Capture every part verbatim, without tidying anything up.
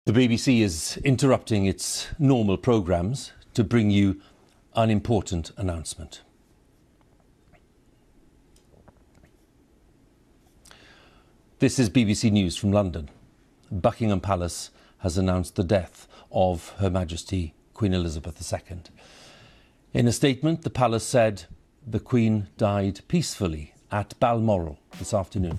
The B B C is interrupting its normal programmes to bring you an important announcement. This is B B C News from London. Buckingham Palace has announced the death of Her Majesty Queen Elizabeth the Second. In a statement, the palace said the Queen died peacefully at Balmoral this afternoon.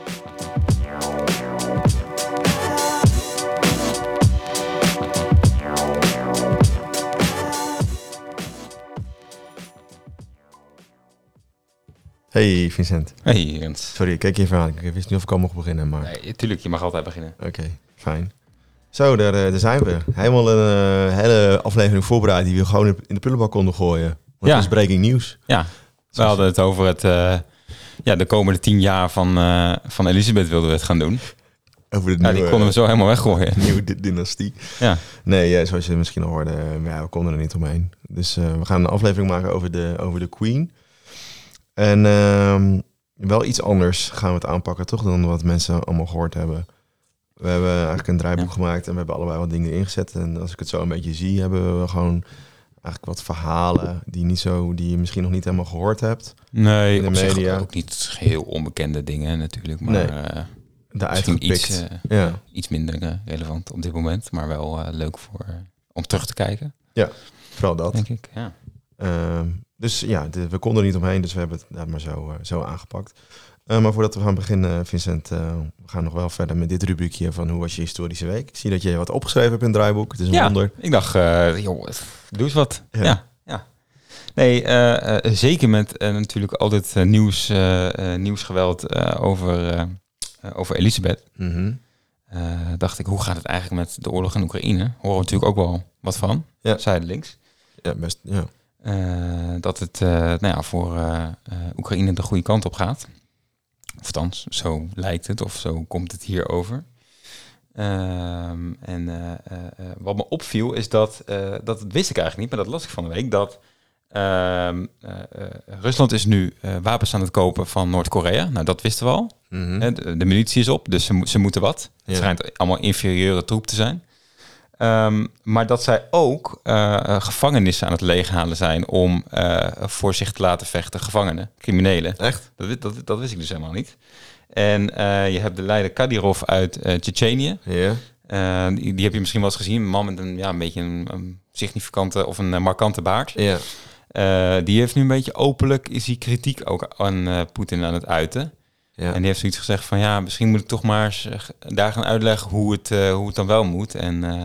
Hey Vincent. Hey Jens. Sorry, ik keek je even aan. Ik wist niet of ik al mocht beginnen, maar... Nee, tuurlijk, je mag altijd beginnen. Oké, okay, fijn. Zo, daar, daar zijn we. Helemaal een uh, hele aflevering voorbereid die we gewoon in de prullenbak konden gooien. Want ja. dat is breaking news. Ja, we hadden het over het, uh, ja, de komende tien jaar van, uh, van Elisabeth wilden we het gaan doen. Over de ja, nieuwe, die konden we zo helemaal weggooien. Nieuwe d- dynastie. Ja. Nee, ja, zoals je misschien al hoorde, ja, we konden er niet omheen. Dus uh, we gaan een aflevering maken over de, over de Queen. En uh, wel iets anders gaan we het aanpakken, toch, dan wat mensen allemaal gehoord hebben. We hebben eigenlijk een draaiboek ja. gemaakt en we hebben allebei wat dingen ingezet. En als ik het zo een beetje zie, hebben we gewoon eigenlijk wat verhalen die, niet zo, die je misschien nog niet helemaal gehoord hebt. Nee, in de op media. Zich ook niet geheel onbekende dingen natuurlijk. Maar nee, uh, misschien iets, uh, ja. iets minder uh, relevant op dit moment. Maar wel uh, leuk voor, uh, om terug te kijken. Ja, vooral dat. Denk ik, ja. Uh, dus ja, de, we konden er niet omheen, dus we hebben het daar maar zo, uh, zo aangepakt. Uh, maar voordat we gaan beginnen, Vincent, uh, we gaan nog wel verder met dit rubriekje van hoe was je historische week. Ik zie dat je wat opgeschreven hebt in het draaiboek. Het is een ja, wonder. Ik dacht, uh, joh, doe eens wat. Ja, ja. ja. Nee, uh, uh, zeker met uh, natuurlijk altijd uh, nieuws, uh, uh, nieuwsgeweld uh, over, uh, uh, over Elisabeth. Mm-hmm. Uh, dacht ik, hoe gaat het eigenlijk met de oorlog in Oekraïne? Horen we natuurlijk ook wel wat van, ja. zijdelings. Ja, best, ja. Uh, dat het uh, nou ja, voor uh, uh, Oekraïne de goede kant op gaat. Of althans, zo lijkt het, of zo komt het hier over. Um, en uh, uh, wat me opviel is dat, uh, dat wist ik eigenlijk niet, maar dat las ik van de week, dat uh, uh, uh, Rusland is nu uh, wapens aan het kopen van Noord-Korea. Nou, dat wisten we al. Mm-hmm. De, de munitie is op, dus ze, ze moeten wat. Ja. Het schijnt allemaal inferieure troep te zijn. Um, maar dat zij ook uh, gevangenissen aan het leeghalen zijn om uh, voor zich te laten vechten, gevangenen, criminelen. Echt? Dat, dat, dat wist ik dus helemaal niet. En uh, je hebt de leider Kadyrov uit uh, Tsjetsjenië. Ja. Uh, die, die heb je misschien wel eens gezien. Een man met een, ja, een beetje een, een significante of een uh, markante baard. Ja. Uh, die heeft nu een beetje openlijk, is hij kritiek ook aan uh, Poetin aan het uiten. Ja. En die heeft zoiets gezegd van ja, misschien moet ik toch maar eens daar gaan uitleggen hoe het, uh, hoe het dan wel moet. En... Uh,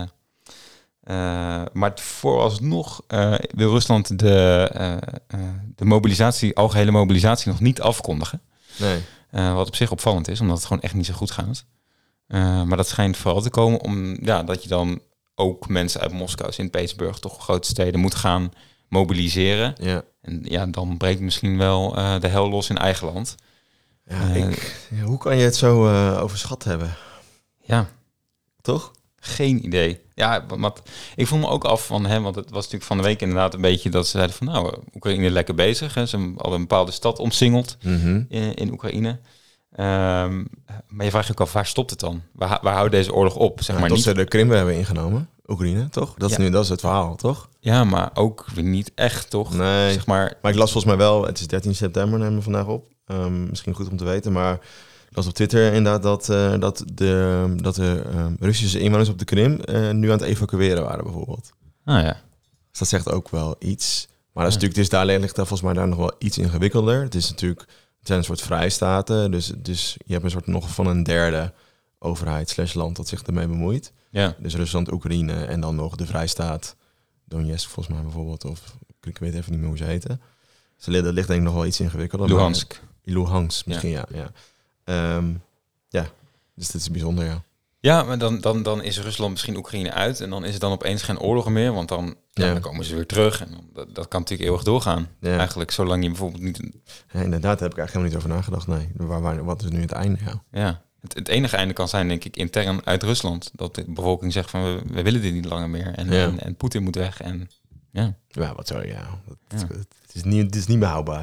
Uh, maar vooralsnog uh, wil Rusland de, uh, uh, de mobilisatie, algehele mobilisatie nog niet afkondigen. Nee. Uh, wat op zich opvallend is, omdat het gewoon echt niet zo goed gaat. Uh, maar dat schijnt vooral te komen om ja, dat je dan ook mensen uit Moskou, Sint-Petersburg, toch grote steden moet gaan mobiliseren. Ja. En ja, dan breekt misschien wel uh, de hel los in eigen land. Ja, uh, ik, ja, hoe kan je het zo uh, overschat hebben? Ja. Toch? Geen idee. Ja, want ik vroeg me ook af van, hè, want het was natuurlijk van de week inderdaad een beetje dat ze zeiden van, nou, Oekraïne lekker bezig. Hè. Ze hadden een bepaalde stad omsingeld mm-hmm. in, in Oekraïne. Um, maar je vraagt je ook af, waar stopt het dan? Waar, waar houdt deze oorlog op? Zeg ja, maar dat niet... ze de Krim hebben ingenomen, Oekraïne, toch? Dat is ja. nu dat is het verhaal, toch? Ja, maar ook weer niet echt, toch? Nee, zeg maar... maar ik las volgens mij wel, het is dertien september, nemen we vandaag op. Um, misschien goed om te weten, maar... Ik las op Twitter inderdaad dat, uh, dat de, dat de uh, Russische inwoners op de Krim uh, nu aan het evacueren waren, bijvoorbeeld. Ah ja. Dus dat zegt ook wel iets. Maar dat is ja. natuurlijk, dus daar ligt daar volgens mij daar nog wel iets ingewikkelder. Het is natuurlijk, het zijn een soort vrijstaten, dus, dus je hebt een soort nog van een derde overheid slash land dat zich ermee bemoeit. Ja. Dus Rusland, Oekraïne en dan nog de vrijstaat Donetsk volgens mij bijvoorbeeld, of ik weet even niet meer hoe ze heten. Dus dat ligt denk ik nog wel iets ingewikkelder. Luhansk. Maar, Luhansk misschien, ja. ja, ja. Um, ja, dus dat is bijzonder, ja. Ja, maar dan, dan, dan is Rusland misschien Oekraïne uit en dan is het dan opeens geen oorlog meer, want dan, ja. Ja, dan komen ze weer terug en dan, dat, dat kan natuurlijk eeuwig doorgaan. Ja. Eigenlijk, zolang je bijvoorbeeld niet... Ja, inderdaad, daar heb ik eigenlijk helemaal niet over nagedacht, nee. Waar, waar, wat is nu het einde, ja. Ja, het, het enige einde kan zijn, denk ik, intern uit Rusland. Dat de bevolking zegt van, we, we willen dit niet langer meer en, ja. en, en Poetin moet weg en... Ja, ja wat zo, ja. Het, ja. Het, is niet, het is niet behouwbaar.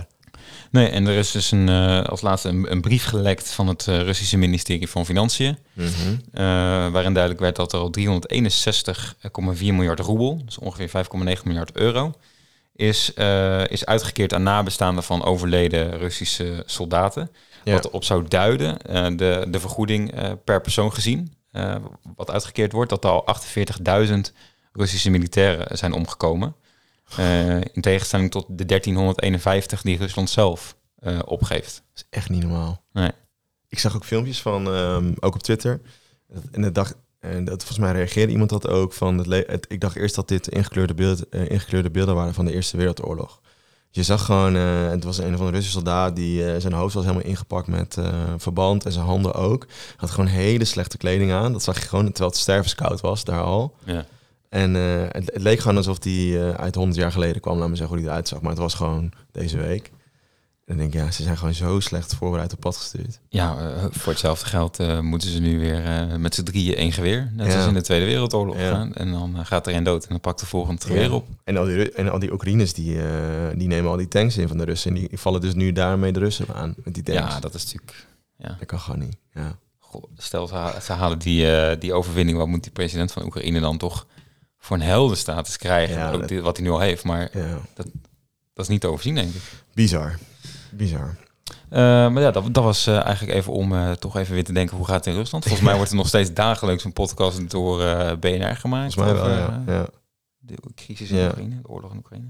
Nee, en er is dus een, uh, als laatste een, een brief gelekt van het uh, Russische ministerie van Financiën. Mm-hmm. Uh, waarin duidelijk werd dat er al driehonderdeenenzestig komma vier miljard roebel, dus ongeveer vijf komma negen miljard euro, is, uh, is uitgekeerd aan nabestaanden van overleden Russische soldaten. Ja. Wat erop zou duiden, uh, de, de vergoeding uh, per persoon gezien, uh, wat uitgekeerd wordt, dat er al achtenveertigduizend Russische militairen zijn omgekomen. Uh, in tegenstelling tot de dertienhonderdeenenvijftig die Rusland zelf uh, opgeeft. Dat is echt niet normaal. Nee. Ik zag ook filmpjes van, um, ook op Twitter. En dat dacht, en dat volgens mij reageerde iemand dat ook van. Het le- het, ik dacht eerst dat dit ingekleurde, beeld, uh, ingekleurde beelden waren van de Eerste Wereldoorlog. Je zag gewoon, uh, het was een van de Russische soldaat die uh, zijn hoofd was helemaal ingepakt met uh, verband en zijn handen ook. Had gewoon hele slechte kleding aan. Dat zag je gewoon terwijl het stervenskoud was daar al. Ja. En uh, het, het leek gewoon alsof die uh, uit honderd jaar geleden kwam, laat me zeggen hoe die eruit zag. Maar het was gewoon deze week. En dan denk ik, ja, ze zijn gewoon zo slecht voorbereid op pad gestuurd. Ja, uh, voor hetzelfde geld uh, moeten ze nu weer uh, met z'n drieën één geweer. Net ja. als in de Tweede Wereldoorlog ja. gaan. En dan uh, gaat er een dood en dan pakt de volgende geweer ja. op. En al die, en al die Oekraïners, die, uh, die nemen al die tanks in van de Russen. En die vallen dus nu daarmee de Russen aan met die tanks. Ja, dat is natuurlijk... Ja. Dat kan gewoon niet, ja. Goh, stel, ze, ha- ze halen die, uh, die overwinning. Wat moet die president van Oekraïne dan toch voor een heldenstatus krijgen? Ja, ook dat... dit, wat hij nu al heeft. Maar ja. dat, dat is niet te overzien, denk ik. Bizar. Bizar. Uh, maar ja, dat, dat was uh, eigenlijk even om uh, toch even weer te denken, hoe gaat het in Rusland? Volgens mij wordt er nog steeds dagelijks een podcast door uh, B N R gemaakt. Volgens mij wel, over, ja. Uh, ja. De crisis in ja. Oekraïne, de oorlog in Oekraïne.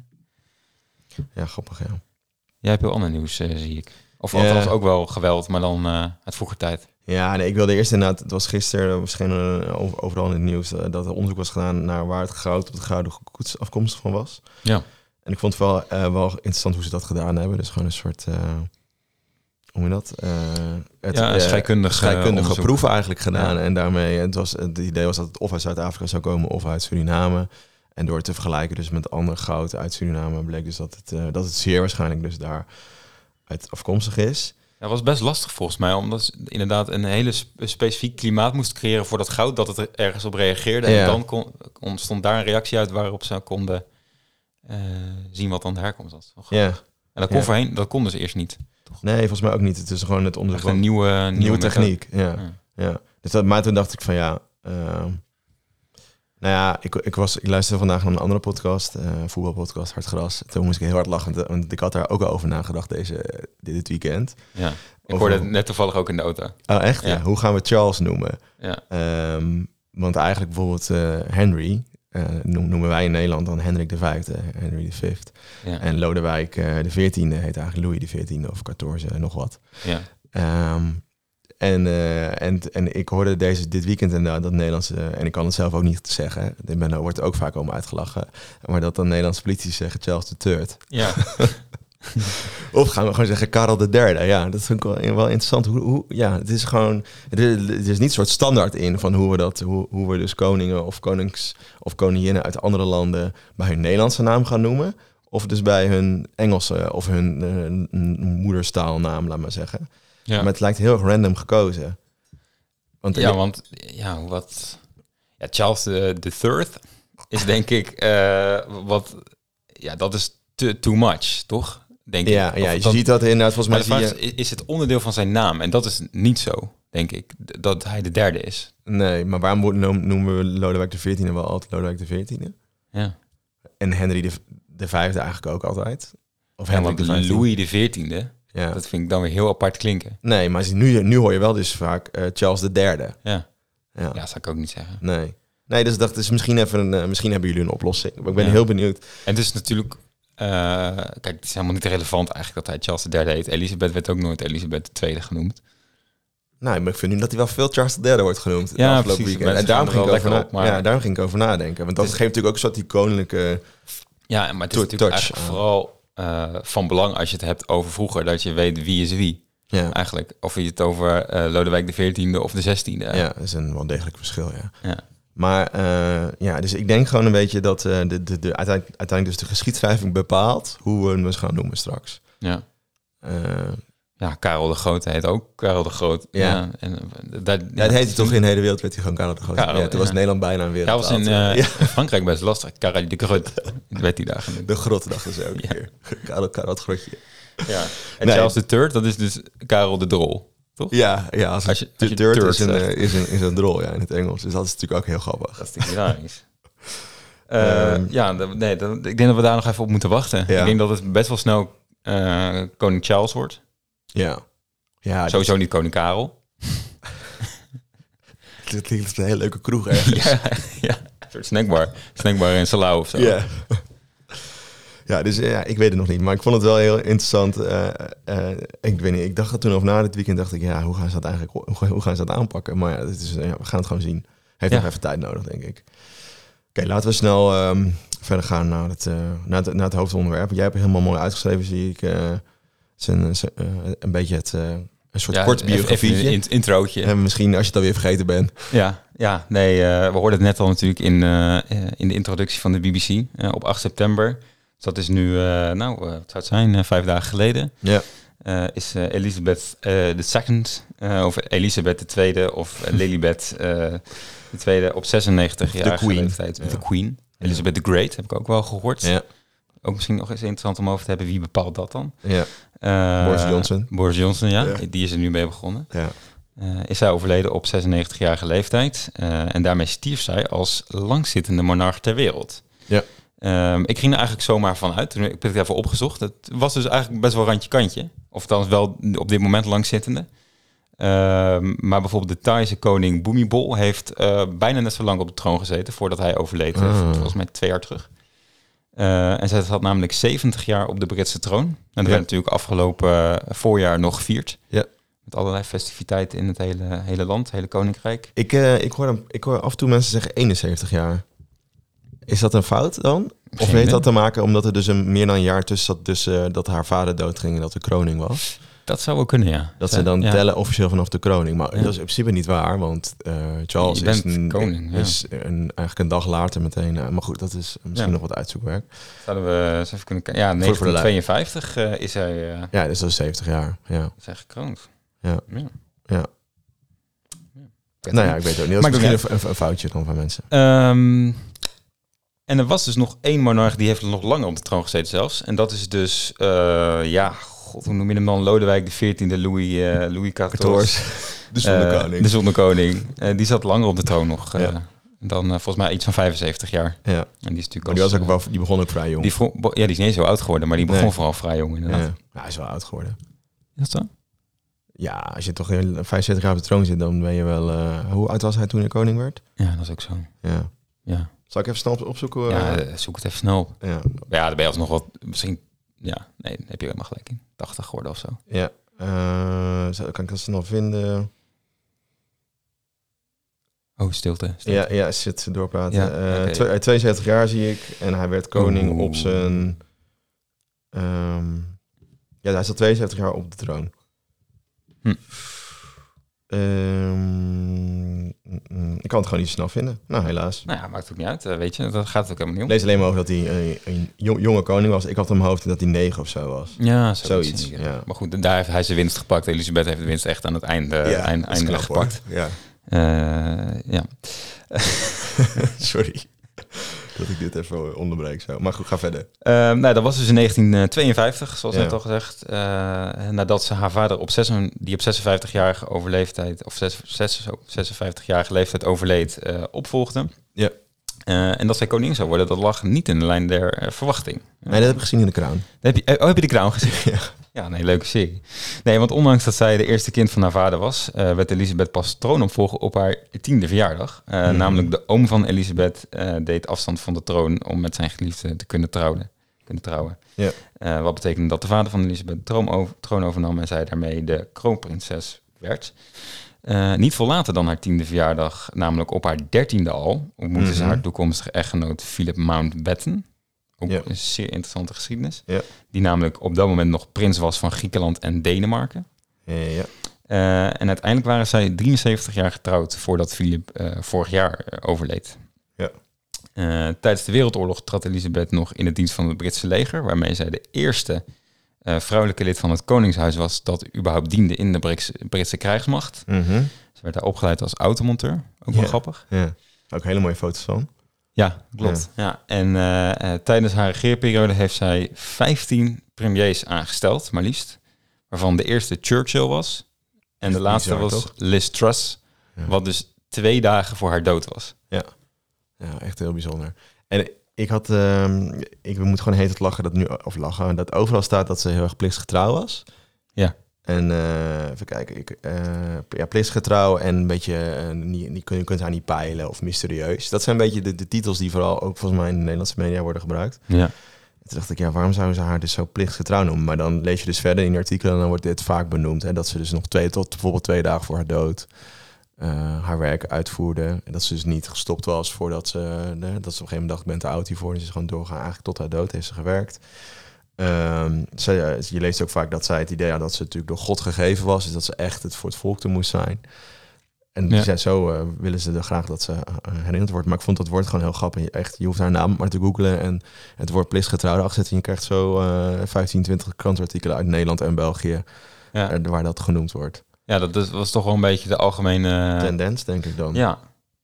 Ja, grappig, ja. Jij hebt heel ander nieuws, uh, zie ik. Of ja. althans ook wel geweld, maar dan uh, uit vroeger tijd. Ja, nee, ik wilde eerst inderdaad, het was gisteren, verscheen uh, over, overal in het nieuws, uh, dat er onderzoek was gedaan naar waar het goud op de gouden koets afkomstig van was. Ja. En ik vond het wel, uh, wel interessant hoe ze dat gedaan hebben. Dus gewoon een soort... Uh, hoe je dat? Uh, het, ja, een scheikundige, scheikundige proef eigenlijk gedaan. Ja. En daarmee, het, was, het idee was dat het of uit Zuid-Afrika zou komen of uit Suriname. En door het te vergelijken dus met ander goud uit Suriname bleek dus dat het, uh, dat het zeer waarschijnlijk dus daar uit afkomstig is. Ja, dat was best lastig volgens mij, omdat ze inderdaad een hele spe- specifiek klimaat moest creëren voor dat goud, dat het er ergens op reageerde. Ja. En dan kon, ontstond daar een reactie uit waarop ze konden uh, zien wat dan de herkomst was. Ja. En dat kon ja. voorheen, dat konden ze eerst niet. Nee, volgens mij ook niet. Het is gewoon het onderzoek van een nieuwe, nieuwe, nieuwe techniek. Ja. Ja. Ja. Dus dat, maar toen dacht ik van ja. Uh, nou ja, ik, ik, was, ik luisterde vandaag naar een andere podcast, uh, voetbalpodcast, Hartgras. Toen moest ik heel hard lachen, want ik had daar ook al over nagedacht deze, dit weekend. Ja, ik over, hoorde het net toevallig ook in de auto. Oh, echt? Ja. Ja. Hoe gaan we Charles noemen? Ja. Um, want eigenlijk bijvoorbeeld uh, Henry, uh, noemen wij in Nederland dan Hendrik de Vijfde, Henry de Fifth. Ja. En Lodewijk uh, de Veertiende heet eigenlijk Louis de Veertiende of veertien, nog wat. Ja. Um, En, uh, en, en ik hoorde deze, dit weekend inderdaad dat Nederlandse... en ik kan het zelf ook niet zeggen. Ik ben, er wordt ook vaak om uitgelachen. Maar dat dan Nederlandse politici zeggen Charles de Third. Ja. Of gaan we gewoon zeggen Karel de Derde. Ja, dat vind ik wel, wel interessant. Hoe, hoe, ja, het is gewoon... Het is, het is niet een soort standaard in van hoe we dat... Hoe, hoe we dus koningen of konings of koninginnen uit andere landen... bij hun Nederlandse naam gaan noemen. Of dus bij hun Engelse of hun uh, moederstaalnaam, laat maar zeggen. Ja. Maar het lijkt heel erg random gekozen. Want ja, je... want ja, wat... Ja, Charles de, de Third is denk ik uh, wat... Ja, dat is te, too much, toch? Denk ja, ik. Ja, je dat, ziet dat inderdaad volgens mij... Zie je... Is het onderdeel van zijn naam? En dat is niet zo, denk ik, dat hij de derde is. Nee, maar waarom noemen we Lodewijk de Veertiende wel altijd Lodewijk de Veertiende? Ja. En Henry de, de Vijfde eigenlijk ook altijd? Of ja, want de Louis de Veertiende... Ja. Dat vind ik dan weer heel apart klinken. Nee, maar nu, nu hoor je wel dus vaak uh, Charles de Derde. Ja. Ja, ja, zou ik ook niet zeggen. Nee, nee dus dacht dus misschien even een, uh, misschien hebben jullie een oplossing. Maar ik ben ja. heel benieuwd. En het is natuurlijk, uh, kijk, het is helemaal niet relevant eigenlijk dat hij Charles de Derde heet. Elisabeth werd ook nooit Elisabeth de Tweede genoemd. Nou, maar ik vind nu dat hij wel veel Charles de Derde wordt genoemd. Ja, precies. En daarom ging, ik over na- op, maar... ja, daarom ging ik over nadenken. Want dat is... geeft natuurlijk ook een soort die koninklijke. Ja, maar het is natuurlijk eigenlijk vooral. Uh, van belang als je het hebt over vroeger, dat je weet wie is wie. Ja. Eigenlijk. Of je het over uh, Lodewijk de Veertiende of de Zestiende. Ja, dat is een wel degelijk verschil, ja. ja. Maar uh, ja, dus ik denk gewoon een beetje dat uh, de, de, de, uiteindelijk, uiteindelijk dus de geschiedschrijving bepaalt hoe we hem gaan noemen straks. Ja. Uh, ja, Karel de Grote heet ook Karel de Groot. Ja. ja en, dat, ja, het heette toch in de hele wereld, werd hij gewoon Karel de Groot. Karel, ja, toen ja. was Nederland bijna een wereld. Ja, was in, uh, ja. in Frankrijk best lastig. Karel de Groot werd hij daar genoemd. De Grote dachten ze ook ja. hier. Karel, Karel het Grotje. Ja. En Nee. Charles de Third, dat is dus Karel de Drol, toch? Ja, ja als, Als je- je, als je de dirt dirt is een, zegt. eh, is, een, is een drol, ja, in het Engels. Dus dat is natuurlijk ook heel grappig. Dat is natuurlijk hilarisch. Uh, Um, ja, dat, nee, dat, ik denk dat we daar nog even op moeten wachten. Ja. Ik denk dat het best wel snel uh, koning Charles wordt. Ja. ja Sowieso niet koning Karel. Het klinkt een hele leuke kroeg ergens. ja, ja, een soort snackbar. Snackbar in Salau of zo. Ja. Ja, dus ja, ik weet het nog niet. Maar ik vond het wel heel interessant. Uh, uh, ik weet niet, ik dacht er toen over na dit weekend. Dacht ik, ja, hoe gaan ze dat eigenlijk hoe, hoe gaan ze dat aanpakken? Maar ja, het is, ja, we gaan het gewoon zien. Heeft Ja. nog even tijd nodig, denk ik. Oké, okay, laten we snel um, verder gaan naar het, uh, naar, het, naar het hoofdonderwerp. Jij hebt het helemaal mooi uitgeschreven, zie ik. Uh, het is een, uh, een beetje het, uh, een soort ja, kort biografietje. Even een introotje. En misschien als je het alweer vergeten bent. Ja, ja nee, uh, we hoorden het net al natuurlijk in, uh, in de introductie van de B B C uh, op acht september. Dus dat is nu, uh, nou, uh, wat zou het zijn, uh, vijf dagen geleden. Ja. Uh, is uh, Elizabeth uh, the Second, uh, of Elisabeth de Tweede, of uh, Lilibet uh, de Tweede op zesennegentig-jarige leeftijd. Ja. De Queen. Elizabeth the Great, heb ik ook wel gehoord. Ja. Ook misschien nog eens interessant om over te hebben, wie bepaalt dat dan? Ja. Uh, Boris Johnson. Boris Johnson, ja. ja. Die is er nu mee begonnen. Ja. Uh, is zij overleden op zesennegentig-jarige leeftijd. Uh, en daarmee stierf zij als langzittende monarch ter wereld. Ja. Um, ik ging er eigenlijk zomaar van uit. Toen, ik heb het even opgezocht. Het was dus eigenlijk best wel randje kantje. Of althans wel op dit moment langzittende. Um, maar bijvoorbeeld de Thaise koning Bhumibol heeft uh, bijna net zo lang op de troon gezeten voordat hij overleed. Ah. Volgens mij twee jaar terug. Uh, en zij zat namelijk zeventig jaar op de Britse troon. En dat Ja. werd natuurlijk afgelopen uh, voorjaar nog gevierd. Ja. Met allerlei festiviteiten in het hele, hele land, het hele koninkrijk. Ik, uh, ik, hoor hem, ik hoor af en toe mensen zeggen eenenzeventig jaar. Is dat een fout dan? Of Geen heeft idee. dat te maken omdat er dus een, meer dan een jaar tussen zat dus, uh, dat haar vader doodging en dat de kroning was? Dat zou wel kunnen, ja. Dat ze dan ja. tellen officieel vanaf de kroning. Maar Ja. dat is in principe niet waar, want uh, Charles Je bent is, een, koning, ja. is een, eigenlijk een dag later meteen. Uh, maar goed, dat is misschien Ja. nog wat uitzoekwerk. Zouden we eens even kunnen kijken. Ja, Voor- voor de negentien tweeënvijftig uh, is hij, uh, Ja, dus dat is zeventig jaar. Ja. is hij gekroond. Ja. Ja. Ja. Ja. Nou ja, ik weet het ook niet. Dat is Maakt ook misschien een, een, een foutje dan van mensen. Um, en er was dus nog één monarch die heeft nog langer op de troon gezeten zelfs. En dat is dus, uh, ja, god, hoe noem je hem dan? Lodewijk de veertiende, Louis, uh, Louis quatorze. De zonnekoning. Uh, de zonnekoning. Uh, die zat langer op de troon nog. Uh, Ja. Dan uh, volgens mij iets van vijfenzeventig jaar. Ja. En die is natuurlijk Maar die, was ook uh, wel, die begon ook vrij jong. die vro- bo- ja, die is niet eens zo oud geworden, maar die begon Nee. vooral vrij jong inderdaad. ja. Ja, hij is wel oud geworden. Is dat zo? Ja, als je toch vijfenzeventig jaar op de troon zit, dan ben je wel... Uh, hoe oud was hij toen hij koning werd? Ja, dat is ook zo. Ja. Ja, Zal ik even snel op- opzoeken? Uh, ja uh, zoek het even snel op. ja. Ja, dan ben je alsnog wat, misschien, ja, nee, daar heb je helemaal gelijk in. tachtig geworden of zo. Ja. Uh, zo, kan ik dat snel vinden? Oh, stilte. stilte. Ja, ja, zit doorpraten. Ja, Uh, oké. twe- tweeënzeventig jaar zie ik. En hij werd koning Oeh. op zijn... Um, ja, hij zat tweeënzeventig jaar op de troon. Hm. Um, mm, mm, ik kan het gewoon niet snel vinden. Nou, helaas. Nou ja, maakt ook niet uit, uh, weet je. Dat gaat het ook helemaal niet Ik om. lees alleen maar over dat hij een, een jong- jonge koning was. Ik had in mijn hoofd dat hij negen of zo was. Ja, Zoiets, zoiets. ja. Maar goed, daar heeft hij zijn winst gepakt. Elisabeth heeft de winst echt aan het einde, Ja, eind, dat is eindelijk knap, hoor. gepakt. Ja. Uh, ja. Sorry dat ik dit even onderbreek zo. Maar goed, ga verder. Uh, nou, dat was dus in negentien tweeënvijftig, zoals Ja. net al gezegd. Uh, nadat ze haar vader op zes, die op zesenvijftigjarige overleeftijd, of zes, zes, zo, zesenvijftigjarige leeftijd overleed, uh, opvolgde. Ja. Uh, en dat zij koningin zou worden, dat lag niet in de lijn der uh, verwachting. Nee, dat heb ik gezien in de Crown. Heb je, oh, heb je de Crown gezien? Ja. Ja, nee, leuke serie. Nee, want ondanks dat zij de eerste kind van haar vader was, uh, werd Elisabeth pas troonopvolger op haar tiende verjaardag. Uh, Mm-hmm. Namelijk de oom van Elisabeth uh, deed afstand van de troon om met zijn geliefde te kunnen trouwen. Kunnen trouwen. Ja. Uh, wat betekende dat de vader van Elisabeth de troon, over, troon overnam en zij daarmee de kroonprinses werd. Uh, niet veel later dan haar tiende verjaardag, namelijk op haar dertiende al, ontmoette Mm-hmm. ze haar toekomstige echtgenoot Philip Mountbatten. Ook Ja. een zeer interessante geschiedenis. Ja. Die namelijk op dat moment nog prins was van Griekenland en Denemarken. Ja, ja. Uh, en uiteindelijk waren zij drieënzeventig jaar getrouwd voordat Philip uh, vorig jaar uh, overleed. Ja. Uh, tijdens de Wereldoorlog trad Elisabeth nog in het dienst van het Britse leger, waarmee zij de eerste uh, vrouwelijke lid van het Koningshuis was dat überhaupt diende in de Britse, Britse krijgsmacht. Mm-hmm. Ze werd daar opgeleid als automonteur, ook wel Ja. grappig. Ja. Ook hele mooie foto's van. Ja, klopt. Ja. Ja. En uh, uh, tijdens haar regeerperiode heeft zij vijftien premiers aangesteld, maar liefst. Waarvan de eerste Churchill was. En de Echt laatste bizar, was toch? Liz Truss. Ja. Wat dus twee dagen voor haar dood was. Ja, echt heel bijzonder. En ik had, um, ik moet gewoon heet het lachen dat nu, of lachen, dat overal staat dat ze heel erg plichtsgetrouw was. Ja. En uh, even kijken, ik, uh, ja, plichtsgetrouw en een beetje, uh, niet, niet, je kunt haar niet peilen of mysterieus. Dat zijn een beetje de, de titels die vooral ook volgens mij in de Nederlandse media worden gebruikt. Ja. Toen dacht ik, ja, waarom zouden ze haar dus zo plichtsgetrouw noemen? Maar dan lees je dus verder in artikelen en dan wordt dit vaak benoemd. Hè, dat ze dus nog twee tot bijvoorbeeld twee dagen voor haar dood uh, haar werk uitvoerde. En dat ze dus niet gestopt was voordat ze, uh, dat ze op een gegeven moment dacht, ik ben te oud hiervoor. Dus ze is gewoon doorgaan. Eigenlijk tot haar dood heeft ze gewerkt. Um, ze, je leest ook vaak dat zij het idee had dat ze natuurlijk door God gegeven was. Dus dat ze echt het voor het volk te moest zijn. En ja. zijn zo uh, willen ze er graag dat ze uh, herinnerd wordt. Maar ik vond dat woord gewoon heel grappig. Echt, je hoeft haar naam maar te googlen en het woord plichtsgetrouw erachter zetten. En je krijgt zo uh, vijftien, twintig krantartikelen uit Nederland en België ja. uh, waar dat genoemd wordt. Ja, dat, dat was toch wel een beetje de algemene... tendens, denk ik dan. Ja.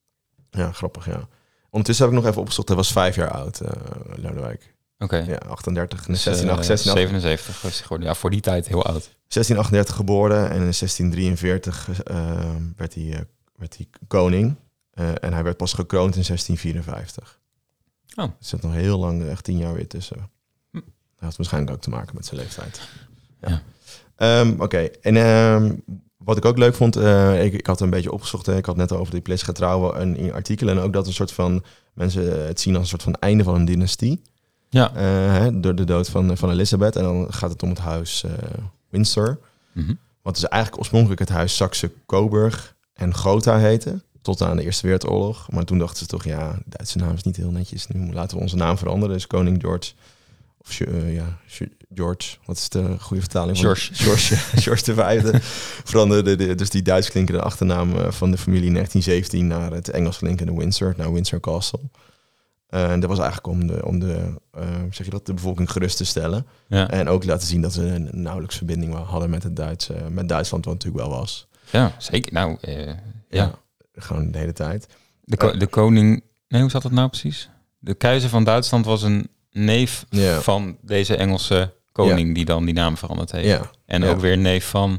Ja, grappig, ja. Ondertussen heb ik nog even opgezocht. Hij was vijf jaar oud, uh, Lodewijk. Oké. Ja, achtendertig. Dus, zestien, uh, zestien, zevenenzeventig was hij geworden. Ja, voor die tijd heel oud. zestien achtendertig geboren en in zestien drieënveertig uh, werd hij... Uh, werd hij koning. Uh, en hij werd pas gekroond in zestien vierenvijftig. Oh. Er zit nog heel lang, echt tien jaar weer tussen. Hm. Dat had waarschijnlijk ook te maken met zijn leeftijd. Ja. ja. Um, Oké, okay. en um, wat ik ook leuk vond, uh, ik, ik had een beetje opgezocht. Hè. Ik had net over die plichtsgetrouw en in artikelen. En ook dat een soort van mensen het zien als een soort van einde van een dynastie. Ja. Uh, hè, door de dood van, van Elizabeth. En dan gaat het om het huis uh, Windsor. Mm-hmm. Wat is eigenlijk oorspronkelijk het huis Saxe-Coburg en Gotha heette, tot aan de Eerste Wereldoorlog. Maar toen dachten ze toch, ja, de Duitse naam is niet heel netjes. Nu laten we onze naam veranderen. Dus koning George, of uh, ja, George, wat is de goede vertaling? George. Van George, George de Vijfde. Veranderde de, dus die Duits klinkende achternaam van de familie in negentien zeventien naar het Engels klinkende Windsor, naar Windsor Castle. Uh, en dat was eigenlijk om de, om de, uh, zeg je dat, de bevolking gerust te stellen. Ja. En ook laten zien dat ze een nauwelijks verbinding hadden met het Duits, uh, met Duitsland, wat natuurlijk wel was. Ja, zeker. Nou, uh, ja. ja. Gewoon de hele tijd. De, ko- de koning... Nee, hoe zat dat nou precies? De keizer van Duitsland was een neef ja. van deze Engelse koning... Ja. die dan die naam veranderd heeft. Ja. En ja. ook weer neef van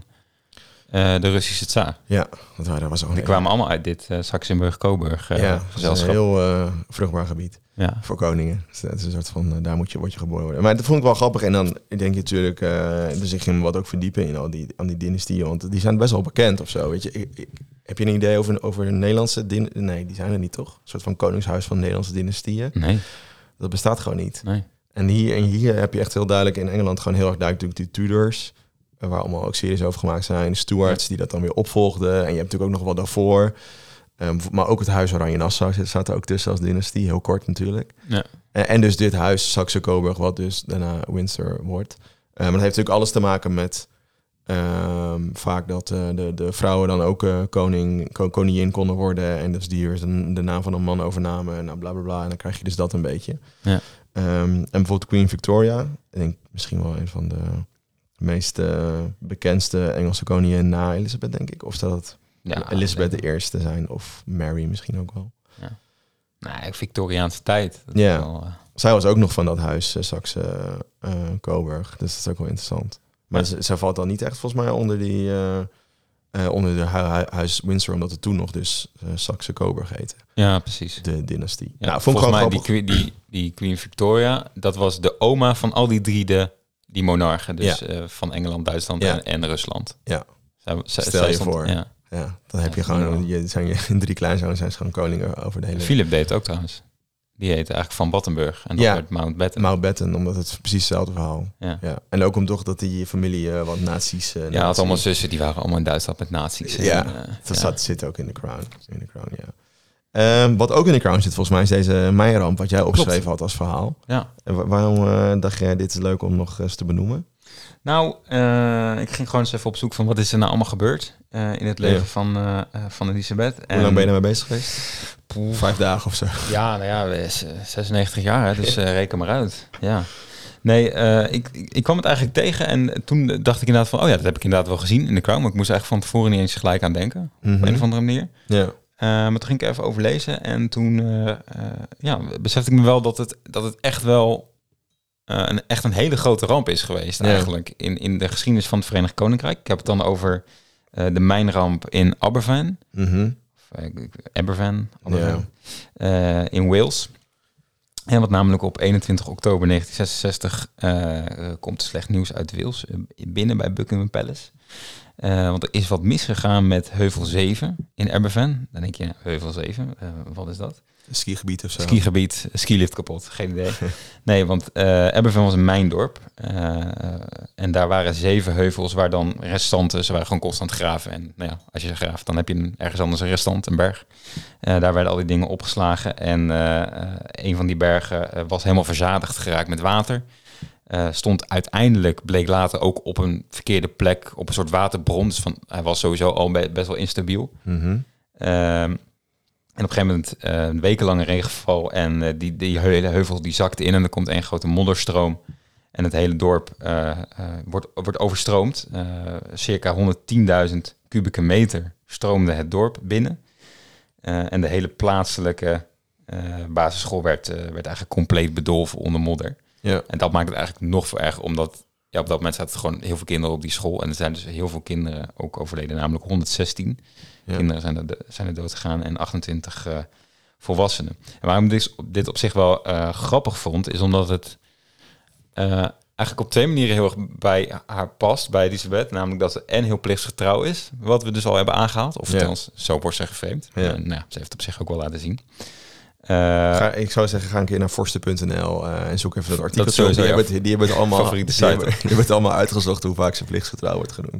uh, de Russische tsaar. Ja, dat waren, was ook die kwamen allemaal uit dit uh, Saxe-Coburg uh, ja, gezelschap. Een heel uh, vruchtbaar gebied. Ja. Voor koningen. Dus dat is een soort van, uh, daar moet je, word je geboren worden. Maar dat vond ik wel grappig. En dan denk je natuurlijk, uh, dus ik ging me wat ook verdiepen in al die, al die dynastieën. Want die zijn best wel bekend of zo. Weet je, ik, ik, heb je een idee over, over een Nederlandse dynastie? Nee, die zijn er niet, toch? Een soort van koningshuis van Nederlandse dynastieën. Nee. Dat bestaat gewoon niet. Nee. En hier, en hier heb je echt heel duidelijk in Engeland gewoon heel erg duidelijk die Tudors. Waar allemaal ook series over gemaakt zijn. De Stuarts ja. die dat dan weer opvolgden. En je hebt natuurlijk ook nog wat daarvoor. Um, maar ook het huis Oranje-Nassau staat er ook tussen als dynastie. Heel kort natuurlijk. Ja. En, en dus dit huis Saxe-Coburg, wat dus daarna Windsor wordt. Uh, maar dat heeft natuurlijk alles te maken met um, vaak dat uh, de, de vrouwen dan ook uh, koning, ko- koningin konden worden. En dus die weer de, de naam van een man overnamen. Nou, bla bla bla. En dan krijg je dus dat een beetje. Ja. Um, en bijvoorbeeld Queen Victoria. Ik denk misschien wel een van de meest uh, bekendste Engelse koningin na Elizabeth, denk ik. Of staat het ja, Elizabeth de Eerste zijn? Of Mary misschien ook wel. Ja. Nou, Victoriaanse tijd. Dat ja. is wel, uh... Zij was ook nog van dat huis uh, Saxe-Coburg. Uh, dus dat is ook wel interessant. Maar ja. z- zij valt dan niet echt volgens mij onder die uh, uh, onder de hu- hu- huis Windsor, omdat het toen nog dus uh, Saxe-Coburg heette. Ja, precies. De dynastie. Ja, nou, vond volgens ik mij die, die, die Queen Victoria, dat was de oma van al die drie de, die monarchen. Dus ja. uh, van Engeland, Duitsland ja. en, en Rusland. Ja. Zij, zij, Stel zij je stond, voor. Ja. Ja, dan heb je ja, gewoon, je, zijn je drie kleinzoons zijn gewoon koningen over de hele... Philip deed het ook trouwens. Die heette eigenlijk Van Battenburg. En dat ja, werd Mountbatten. Mountbatten, omdat het precies hetzelfde verhaal. Ja. Ja. En ook om toch dat die familie uh, wat nazi's... Uh, ja, had allemaal zussen, die waren allemaal in Duitsland met nazi's. Ja, en, uh, dat ja. Zat, zit ook in de Crown. In de Crown, ja. Um, wat ook in de Crown zit volgens mij is deze Meijeramp, wat jij opgeschreven Klopt. had als verhaal. Ja. En wa- waarom uh, dacht jij, dit is leuk om nog eens te benoemen? Nou, uh, ik ging gewoon eens even op zoek van wat is er nou allemaal gebeurd uh, in het leven ja. van, uh, van Elisabeth. Hoe lang ben je daarmee bezig geweest? Poef. Vijf dagen of zo? Ja, nou ja, zesennegentig jaar, hè, dus uh, reken maar uit. Ja. Nee, uh, ik, ik kwam het eigenlijk tegen en toen dacht ik inderdaad van, oh ja, dat heb ik inderdaad wel gezien in de Crown, maar ik moest eigenlijk van tevoren niet eens gelijk aan denken, mm-hmm. op een of andere manier. Ja. Uh, maar toen ging ik even overlezen en toen uh, uh, ja, besefte ik me wel dat het, dat het echt wel uh, een, echt een hele grote ramp is geweest Ja. eigenlijk in, in de geschiedenis van het Verenigd Koninkrijk. Ik heb het dan over uh, de mijnramp in Aberfan. Mm-hmm. Of, uh, Aberfan, Aberfan Ja. uh, in Wales. En wat namelijk op eenentwintig oktober negentien zesenzestig uh, uh, komt slecht nieuws uit Wales uh, binnen bij Buckingham Palace. Uh, want er is wat misgegaan met Heuvel zeven in Aberfan. Dan denk je, Heuvel zeven, uh, wat is dat? Een skigebied of zo. Skigebied, skilift kapot, geen idee. Nee, want uh, Aberfan was een mijndorp. Uh, en daar waren zeven heuvels waar dan restanten, ze waren gewoon constant graven. En nou ja, als je ze graaft, dan heb je een, ergens anders een restant, een berg. Uh, daar werden al die dingen opgeslagen. En uh, uh, een van die bergen uh, was helemaal verzadigd geraakt met water. Uh, stond uiteindelijk, bleek later ook op een verkeerde plek, op een soort waterbron. Dus van, hij was sowieso al be- best wel instabiel. Mm-hmm. Uh, En op een gegeven moment uh, een wekenlange regenval en uh, die, die hele heuvel die zakte in en er komt één grote modderstroom. En het hele dorp uh, uh, wordt, wordt overstroomd. Uh, circa honderdtienduizend kubieke meter stroomde het dorp binnen. Uh, en de hele plaatselijke uh, basisschool werd, uh, werd eigenlijk compleet bedolven onder modder. Ja. En dat maakt het eigenlijk nog veel erger, omdat ja, op dat moment zaten gewoon heel veel kinderen op die school. En er zijn dus heel veel kinderen ook overleden, namelijk honderdzestien. Ja. Kinderen zijn er, de, zijn er dood gegaan en achtentwintig uh, volwassenen. En waarom ik dit, dit op zich wel uh, grappig vond, is omdat het uh, eigenlijk op twee manieren heel erg bij haar past, bij Elisabeth. Namelijk dat ze en heel plichtsgetrouw is, wat we dus al hebben aangehaald. Of althans, ja. Zo wordt ze geframed. Ja. Uh, nou, ze heeft het op zich ook wel laten zien. Uh, ga, ik zou zeggen, ga een keer naar forsten punt n l uh, en zoek even dat artikel. Dat sowieso, die, ja. hebben het, die hebben het allemaal, favoriete die site. hebben, die hebben het allemaal uitgezocht hoe vaak ze plichtsgetrouw wordt genoemd.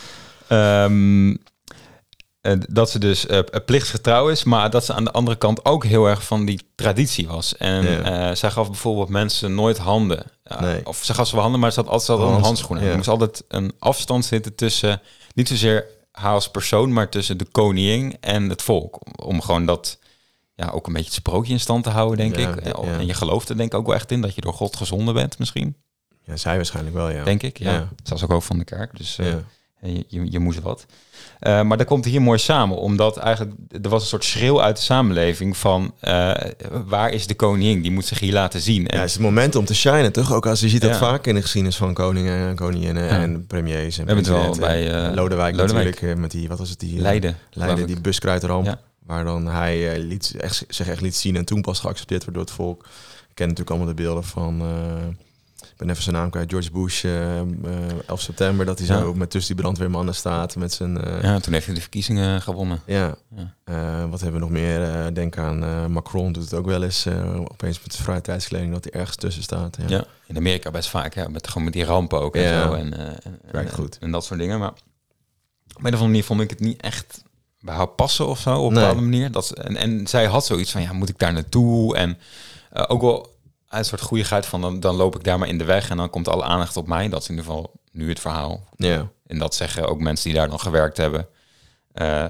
Ja. Um, Uh, dat ze dus uh, plichtsgetrouw is, maar dat ze aan de andere kant ook heel erg van die traditie was. En ja. uh, zij gaf bijvoorbeeld mensen nooit handen. Uh, nee. Of ze gaf ze wel handen, maar ze had altijd al een handschoen. Ja. Er moest altijd een afstand zitten tussen, niet zozeer haar als persoon, maar tussen de koningin en het volk. Om gewoon dat ja, ook een beetje het sprookje in stand te houden, denk ja, ik. Ja. En je gelooft er denk ik ook wel echt in, dat je door God gezonden bent misschien. Ja, zij waarschijnlijk wel, ja. Denk ik, ja. ja. Ze was ook hoofd van de kerk, dus uh, ja. je, je, je moest wat. Uh, maar dat komt hier mooi samen, omdat eigenlijk er was een soort schreeuw uit de samenleving van uh, waar is de koningin? Die moet zich hier laten zien. En ja, het is het moment om te shinen, toch? Ook als je ziet dat ja. vaak in de geschiedenis van koningen en koninginnen ja. en premiers en we hebben het wel bij uh, Lodewijk, Lodewijk natuurlijk met die, wat was het die Leiden, Leiden die buskruitramp, ja. waar dan hij uh, liet, echt, zich echt liet zien en toen pas geaccepteerd wordt door het volk. Ik ken natuurlijk allemaal de beelden van Uh, ik ben even zijn naam kwijt, George Bush, uh, uh, elf september, dat hij ja. zo met tussen die brandweermannen staat met zijn. Uh, ja, toen heeft hij de verkiezingen gewonnen. Ja. ja. Uh, wat hebben we nog meer? Uh, denk aan uh, Macron doet het ook wel eens. Uh, opeens met vrije tijdskleding dat hij ergens tussen staat. Ja, ja in Amerika best vaak, ja, met gewoon met die rampen ook en ja. zo en, uh, en, Werkt goed. En, en dat soort dingen. Maar op een of andere manier vond ik het niet echt bij haar passen of zo op een nee. bepaalde manier. Dat en, en zij had zoiets van, ja, moet ik daar naartoe? En uh, ook wel een soort goeieheid van, dan, dan loop ik daar maar in de weg en dan komt alle aandacht op mij. Dat is in ieder geval nu het verhaal. Ja. En dat zeggen ook mensen die daar dan gewerkt hebben. Uh, uh,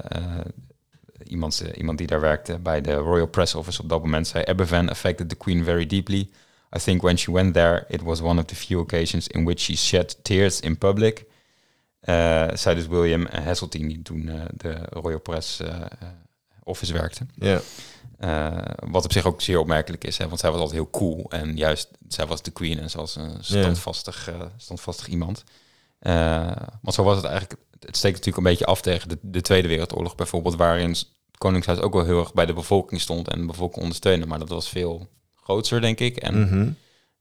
iemand, uh, iemand die daar werkte bij de Royal Press Office op dat moment zei, Aberfan affected the Queen very deeply. I think when she went there, it was one of the few occasions in which she shed tears in public. Uh, zei dus William Heseltine, die toen uh, de Royal Press uh, Office werkte. Ja. Uh, wat op zich ook zeer opmerkelijk is, hè, want zij was altijd heel cool. En juist, zij was de queen en ze was een standvastig, uh, standvastig iemand. Uh, want zo was het eigenlijk, het steekt natuurlijk een beetje af tegen de, de Tweede Wereldoorlog bijvoorbeeld, waarin het Koningshuis ook wel heel erg bij de bevolking stond en de bevolking ondersteunde. Maar dat was veel groter, denk ik. En, mm-hmm.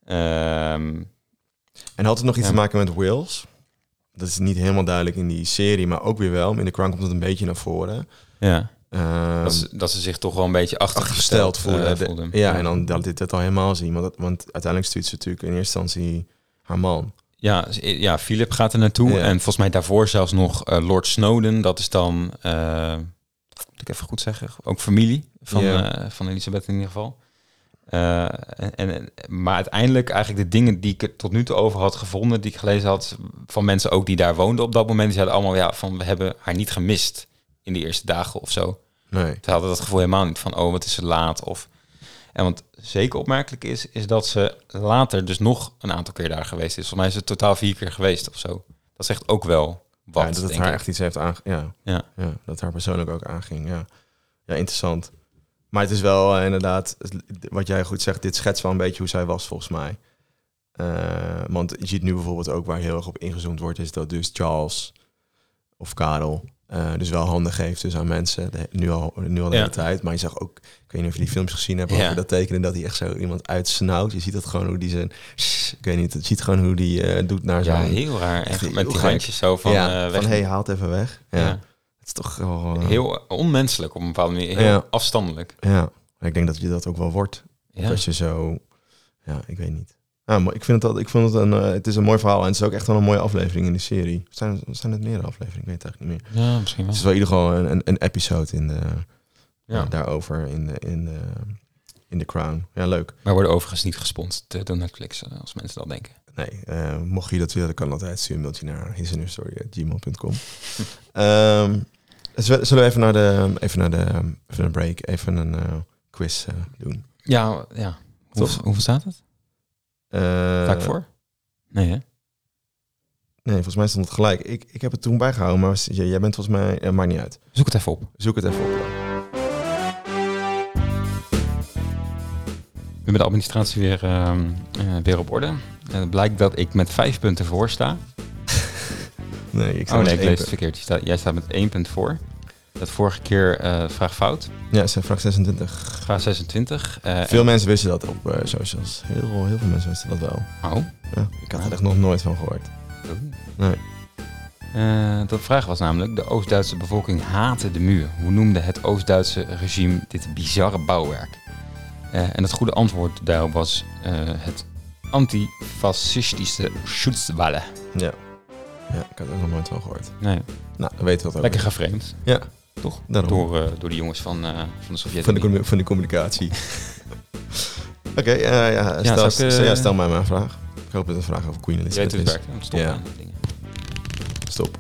um, en had het nog iets ja. te maken met Wales? Dat is niet helemaal duidelijk in die serie, maar ook weer wel. In de Crown komt het een beetje naar voren. Ja. Um, dat, ze, dat ze zich toch wel een beetje achtergesteld voelden. Uh, voelden. Ja, ja, en dan dat dit het al helemaal zien. Want, dat, want uiteindelijk stuurt ze natuurlijk in eerste instantie haar man. Ja, ja, Philip gaat er naartoe. Ja. En volgens mij daarvoor zelfs nog uh, Lord Snowden. Dat is dan, uh, moet ik even goed zeggen, ook familie van, ja. uh, van Elisabeth in ieder geval. Uh, en, en, maar uiteindelijk eigenlijk de dingen die ik er tot nu toe over had gevonden, die ik gelezen had van mensen ook die daar woonden op dat moment, die zeiden allemaal ja, van we hebben haar niet gemist in de eerste dagen of zo. Nee. Ze hadden dat gevoel helemaal niet van, oh, wat is ze laat. Of, en wat zeker opmerkelijk is, is dat ze later dus nog een aantal keer daar geweest is. Volgens mij is het totaal vier keer geweest of zo. Dat zegt ook wel wat, ja, dat het denk haar ik. echt iets heeft aange... Ja. Ja. ja, dat haar persoonlijk ook aanging. Ja, ja, interessant. Maar het is wel uh, inderdaad, wat jij goed zegt, dit schetst wel een beetje hoe zij was volgens mij. Uh, want je ziet nu bijvoorbeeld ook waar heel erg op ingezoomd wordt, is dat dus Charles of Karel uh, dus wel handen geeft dus aan mensen. De, nu al, nu al de Ja. hele tijd. Maar je zag ook, ik weet niet of je die films gezien hebt, Ja. over dat tekenen, dat hij echt zo iemand uitsnauwt. Je ziet dat gewoon hoe die zijn, ik weet niet, het ziet gewoon hoe die uh, doet naar zo'n... Ja, heel raar. Echt, heel met die gek. handjes zo van ja, uh, weg. van hey, haal het even weg. Ja. Ja. Het is toch wel... Uh, Heel onmenselijk op een bepaalde manier. Heel Ja. afstandelijk. Ja, maar ik denk dat je dat ook wel wordt. Ja. Dat je zo... Ja, ik weet niet. Ja, maar ik vind het, al, ik vond het een... Uh, het is een mooi verhaal en het is ook echt wel een mooie aflevering in de serie. Zijn, zijn het meerdere afleveringen? Ik weet het eigenlijk niet meer. Ja, misschien wel. Het is wel in ieder geval een, een, een episode in de, Ja. uh, daarover in de, in, de, in The Crown. Ja, leuk. Maar worden overigens niet gesponsord uh, door Netflix, uh, als mensen dat denken. Nee, uh, mocht je dat willen, kan altijd stuur een mailtje naar hisinnerstory at gmail dot com. um, zullen we even naar de, even naar de, even een break, even een uh, quiz uh, doen? Ja, ja. Hoe, hoeveel staat het? Uh, Sta ik voor? Nee, hè? Nee, volgens mij stond het gelijk. Ik, ik heb het toen bijgehouden, maar jij, jij bent volgens mij... Uh, maakt niet uit. Zoek het even op. Zoek het even op. We hebben de administratie weer, uh, uh, weer op orde. Uh, het blijkt dat ik met vijf punten voor sta. Nee, ik sta oh met nee, ik één lees het verkeerd. Je staat, jij staat met één punt voor. Dat vorige keer uh, vraag fout. Ja, het zijn vraag zesentwintig. Vraag zesentwintig. Uh, veel en... mensen wisten dat op uh, socials. Heel, heel veel mensen wisten dat wel. Oh. Ja, ik had er echt nog nooit van gehoord. Oh. Nee. Uh, de vraag was namelijk, de Oost-Duitse bevolking haatte de muur. Hoe noemde het Oost-Duitse regime dit bizarre bouwwerk? Uh, en het goede antwoord daarop was uh, het antifascistische Schutzwallen. Ja. Ja, ik had er nog nooit van gehoord. Nee. Nou, dan weten we dat ook. Lekker geframed. Ja. Toch? Daarom. Door, uh, door de jongens van, uh, van de Sovjet-Unie. Van de, com- van de communicatie. Oké, okay, uh, ja, stel, ja, ik, uh, ja, stel mij maar een vraag. Ik hoop dat het een vraag over Queen Elizabeth is. Je weet hoe is. het werkt, stop ja. aan die dingen. Stop.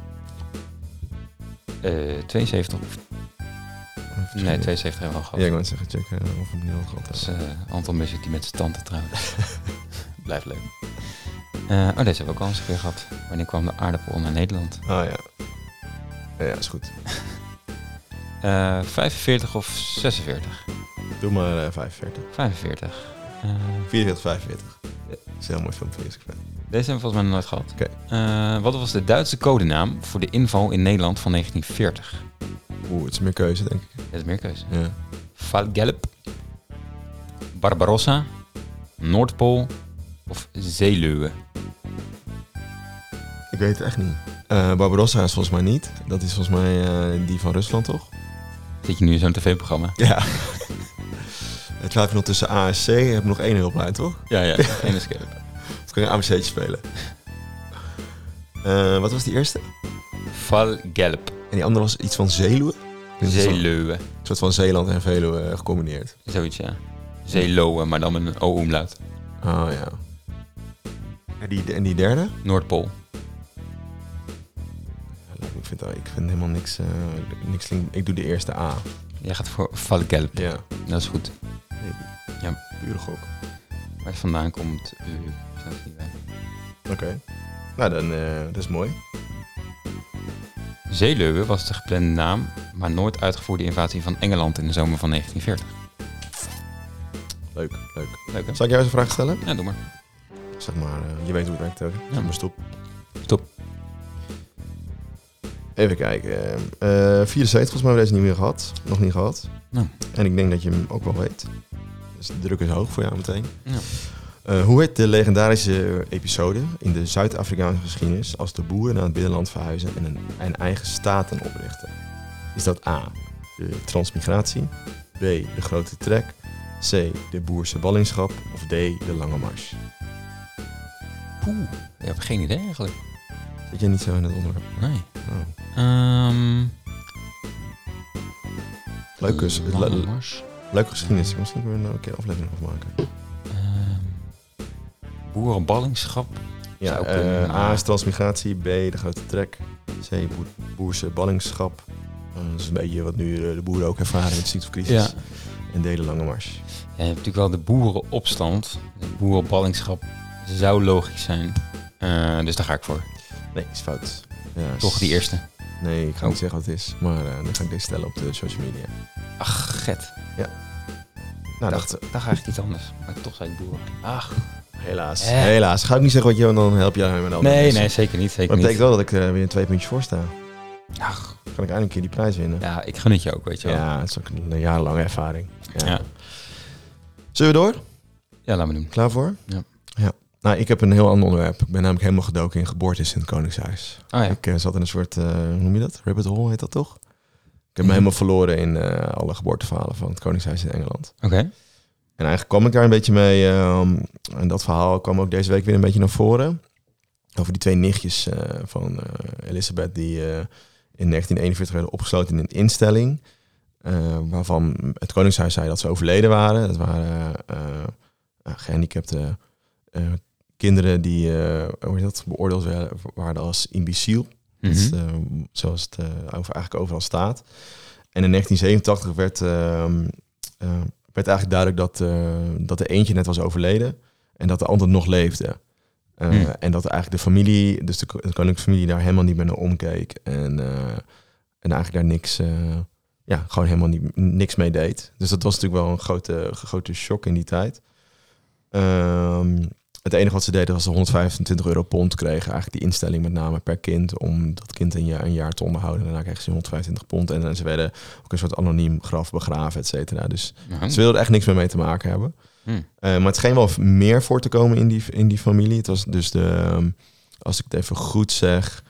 Uh, tweeënzeventig. Nee, tweeënzeventig hebben we al gehad. Ja, ik wou zeggen, check uh, of we niet al gehad Dat is uh, Anton Muziek die met zijn tante trouwens. Blijft leuk. Uh, oh, deze hebben we ook al eens een keer gehad. Wanneer kwam de aardappel naar Nederland? Oh ja. Ja, ja is goed. uh, vijfenveertig of zesenveertig? Doe maar uh, vijfenveertig. vijfenveertig. Uh, vierenveertig, vijfenveertig. Ja, dat is een heel mooi filmpje. Is deze hebben we volgens mij nog nooit gehad. Oké. Okay. Uh, wat was de Duitse codenaam voor de inval in Nederland van negentien veertig? Oeh, het is meer keuze, denk ik. Het is meer keuze. Ja. Valgelb, Barbarossa, Noordpool of Zeeleeuwen? Ik weet het echt niet. Uh, Barbarossa is volgens mij niet. Dat is volgens mij uh, die van Rusland, toch? Zit je nu in zo'n tv-programma? Ja. Ik twijfel nog tussen A en C. Je hebt nog één hulplijn, toch? Ja, ja. Eén escape. Of kun je een A B C'tje spelen? Uh, wat was die eerste? Valgelb. En die andere was iets van Zeeluwe? Zeeleeuwen. Een soort van Zeeland en Veluwe gecombineerd. Zoiets, ja. Zeelowen, maar dan met een O-omlaut. Oh ja. En die, en die derde? Noordpool. Ik vind, ik vind helemaal niks, uh, niks... Ik doe de eerste A. Jij gaat voor Valgelb. Ja. Dat is goed. Nee, ja. Pure gok. Waar het vandaan komt, uh, staat er niet bij. Oké. Okay. Nou, dan, uh, dat is mooi. Zeeleeuwen was de geplande naam, maar nooit uitgevoerde invasie van Engeland in de zomer van negentien veertig. Leuk, leuk. Leuk, hè? Zal ik jou eens een vraag stellen? Ja, doe maar. Zeg maar, uh, je weet hoe het werkt ook. Ja, maar stop. Stop. Even kijken. Uh, vierenzeventig, volgens mij hebben we deze niet meer gehad. Nog niet gehad. Nou. En ik denk dat je hem ook wel weet. Dus de druk is hoog voor jou meteen. Ja. Uh, hoe heet de legendarische episode in de Zuid-Afrikaanse geschiedenis als de boeren naar het binnenland verhuizen en een, een eigen staten oprichten? Is dat A, de transmigratie, B, de grote trek, C, de boerse ballingschap of D, de lange mars? Poeh, ik heb geen idee eigenlijk. Zit je niet zo in het onderwerp? Nee. Oh. Um, Leuke, lange le- mars. leuke geschiedenis. Misschien kunnen we er een keer een aflevering over maken. Um, boerenballingschap. Ja, kunnen, uh, A is transmigratie, B de grote trek, C boer, boerse ballingschap. Uh, dat is een beetje wat nu uh, de boeren ook ervaren in de ziektecrisis. Ja. En D de lange mars. Ja, je hebt natuurlijk wel de boerenopstand. De boerenballingschap zou logisch zijn. Uh, dus daar ga ik voor. Nee, is fout. Ja, Toch die eerste. Nee, ik ga Oh. niet zeggen wat het is. Maar uh, dan ga ik deze stellen op de social media. Ach, get. Ja. Nou, dacht, dat, dacht eigenlijk iets anders. Maar toch zei ik boeren. Ach, Helaas. Eh. Helaas. Ga ik niet zeggen wat je, want dan help jij met andere Nee, mensen. nee, zeker niet. Zeker Maar dat niet. betekent wel dat ik uh, weer twee puntjes voor sta. Ach, Dan kan ik eindelijk een keer die prijs winnen. ja, ik gun het je ook, weet je wel. Ja, het is ook een, een jarenlange ervaring. Ja. Ja. Zullen we door? Ja, laat me doen. Klaar voor? Ja. ja. Nou, ik heb een heel ander onderwerp. Ik ben namelijk helemaal gedoken in geboortes in het Koningshuis. Oh ja. Ik uh, zat in een soort, uh, hoe noem je dat? Rabbit hole heet dat toch? Ik heb me Mhm. helemaal verloren in uh, alle geboorteverhalen van het Koningshuis in Engeland. Oké. Okay. En eigenlijk kwam ik daar een beetje mee. Um, en dat verhaal kwam ook deze week weer een beetje naar voren. Over die twee nichtjes uh, van uh, Elizabeth die uh, in negentien eenenveertig werden opgesloten in een instelling. Uh, waarvan het Koningshuis zei dat ze overleden waren. Dat waren uh, uh, gehandicapte uh, kinderen die uh, hoe heet dat, beoordeeld werden, waren als imbeciel. Mm-hmm. Dat is, uh, zoals het uh, over, eigenlijk overal staat. En in negentien zevenentachtig werd... Uh, uh, werd eigenlijk duidelijk dat, uh, dat de eentje net was overleden en dat de ander nog leefde. Uh, mm. En dat eigenlijk de familie, dus de, de koninklijke familie daar helemaal niet meer naar omkeek. En, uh, en eigenlijk daar niks, uh, ja, gewoon helemaal niet, niks mee deed. Dus dat was natuurlijk wel een grote, grote shock in die tijd. Um, het enige wat ze deden was ze honderdvijfentwintig euro pond kregen. Eigenlijk die instelling met name per kind om dat kind een jaar, een jaar te onderhouden. Daarna kregen ze honderdvijfentwintig pond. En, en ze werden ook een soort anoniem graf begraven, et cetera. Dus ja. Ze wilden echt niks meer mee te maken hebben. Hm. Uh, maar het scheen wel meer voor te komen in die, in die familie. Het was dus de, um, als ik het even goed zeg,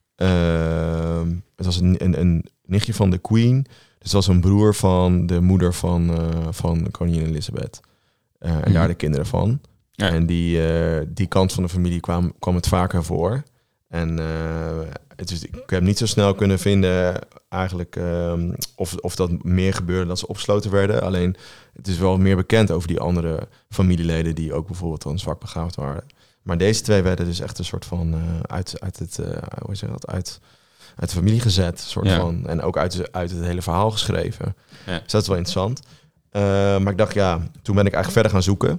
uh, het was een, een, een nichtje van de Queen. Dus het was een broer van de moeder van, uh, van koningin Elizabeth. Uh, en hm. daar de kinderen van. Ja. En die, uh, die kant van de familie kwam, kwam het vaker voor. En uh, het is, ik heb niet zo snel kunnen vinden eigenlijk um, of, of dat meer gebeurde dat ze opgesloten werden. Alleen het is wel meer bekend over die andere familieleden die ook bijvoorbeeld dan zwak begaafd waren. Maar deze twee werden dus echt een soort van uh, uit, uit, het, uh, hoe zeg dat, uit, uit de familie gezet. Soort ja. van, en ook uit, uit het hele verhaal geschreven. Ja. Dus dat is wel interessant. Uh, maar ik dacht, ja, toen ben ik eigenlijk verder gaan zoeken.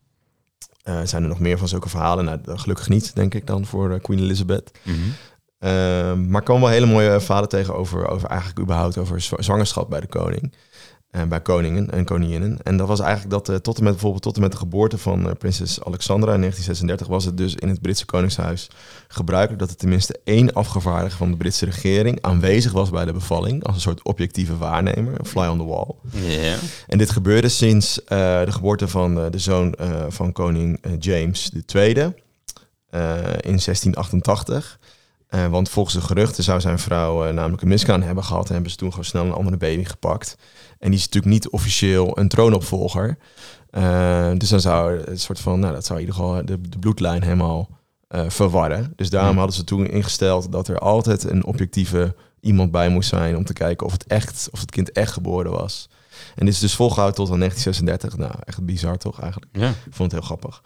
Uh, zijn er nog meer van zulke verhalen? Nou, gelukkig niet, denk ik dan, voor uh, Queen Elizabeth. Mm-hmm. Uh, maar er komen wel hele mooie verhalen tegen over, over eigenlijk überhaupt over zwangerschap bij de koning. En bij koningen en koninginnen. En dat was eigenlijk dat uh, tot en met bijvoorbeeld tot en met de geboorte van uh, prinses Alexandra in negentien zesendertig was het dus in het Britse Koningshuis gebruikelijk dat er tenminste één afgevaardigde van de Britse regering aanwezig was bij de bevalling als een soort objectieve waarnemer, een fly on the wall. Yeah. En dit gebeurde sinds uh, de geboorte van uh, de zoon uh, van koning uh, James de Tweede uh, in zestien achtentachtig. Uh, want volgens de geruchten zou zijn vrouw uh, namelijk een miskraam hebben gehad en hebben ze toen gewoon snel een andere baby gepakt. En die is natuurlijk niet officieel een troonopvolger. Uh, dus dan zou het soort van, nou, dat zou in ieder geval de, de bloedlijn helemaal uh, verwarren. Dus daarom mm. hadden ze toen ingesteld dat er altijd een objectieve iemand bij moest zijn om te kijken of het echt, of het kind echt geboren was. En dit is dus volgehouden tot aan negentien zesendertig. Nou, echt bizar toch eigenlijk? Ja. Ik vond het heel grappig.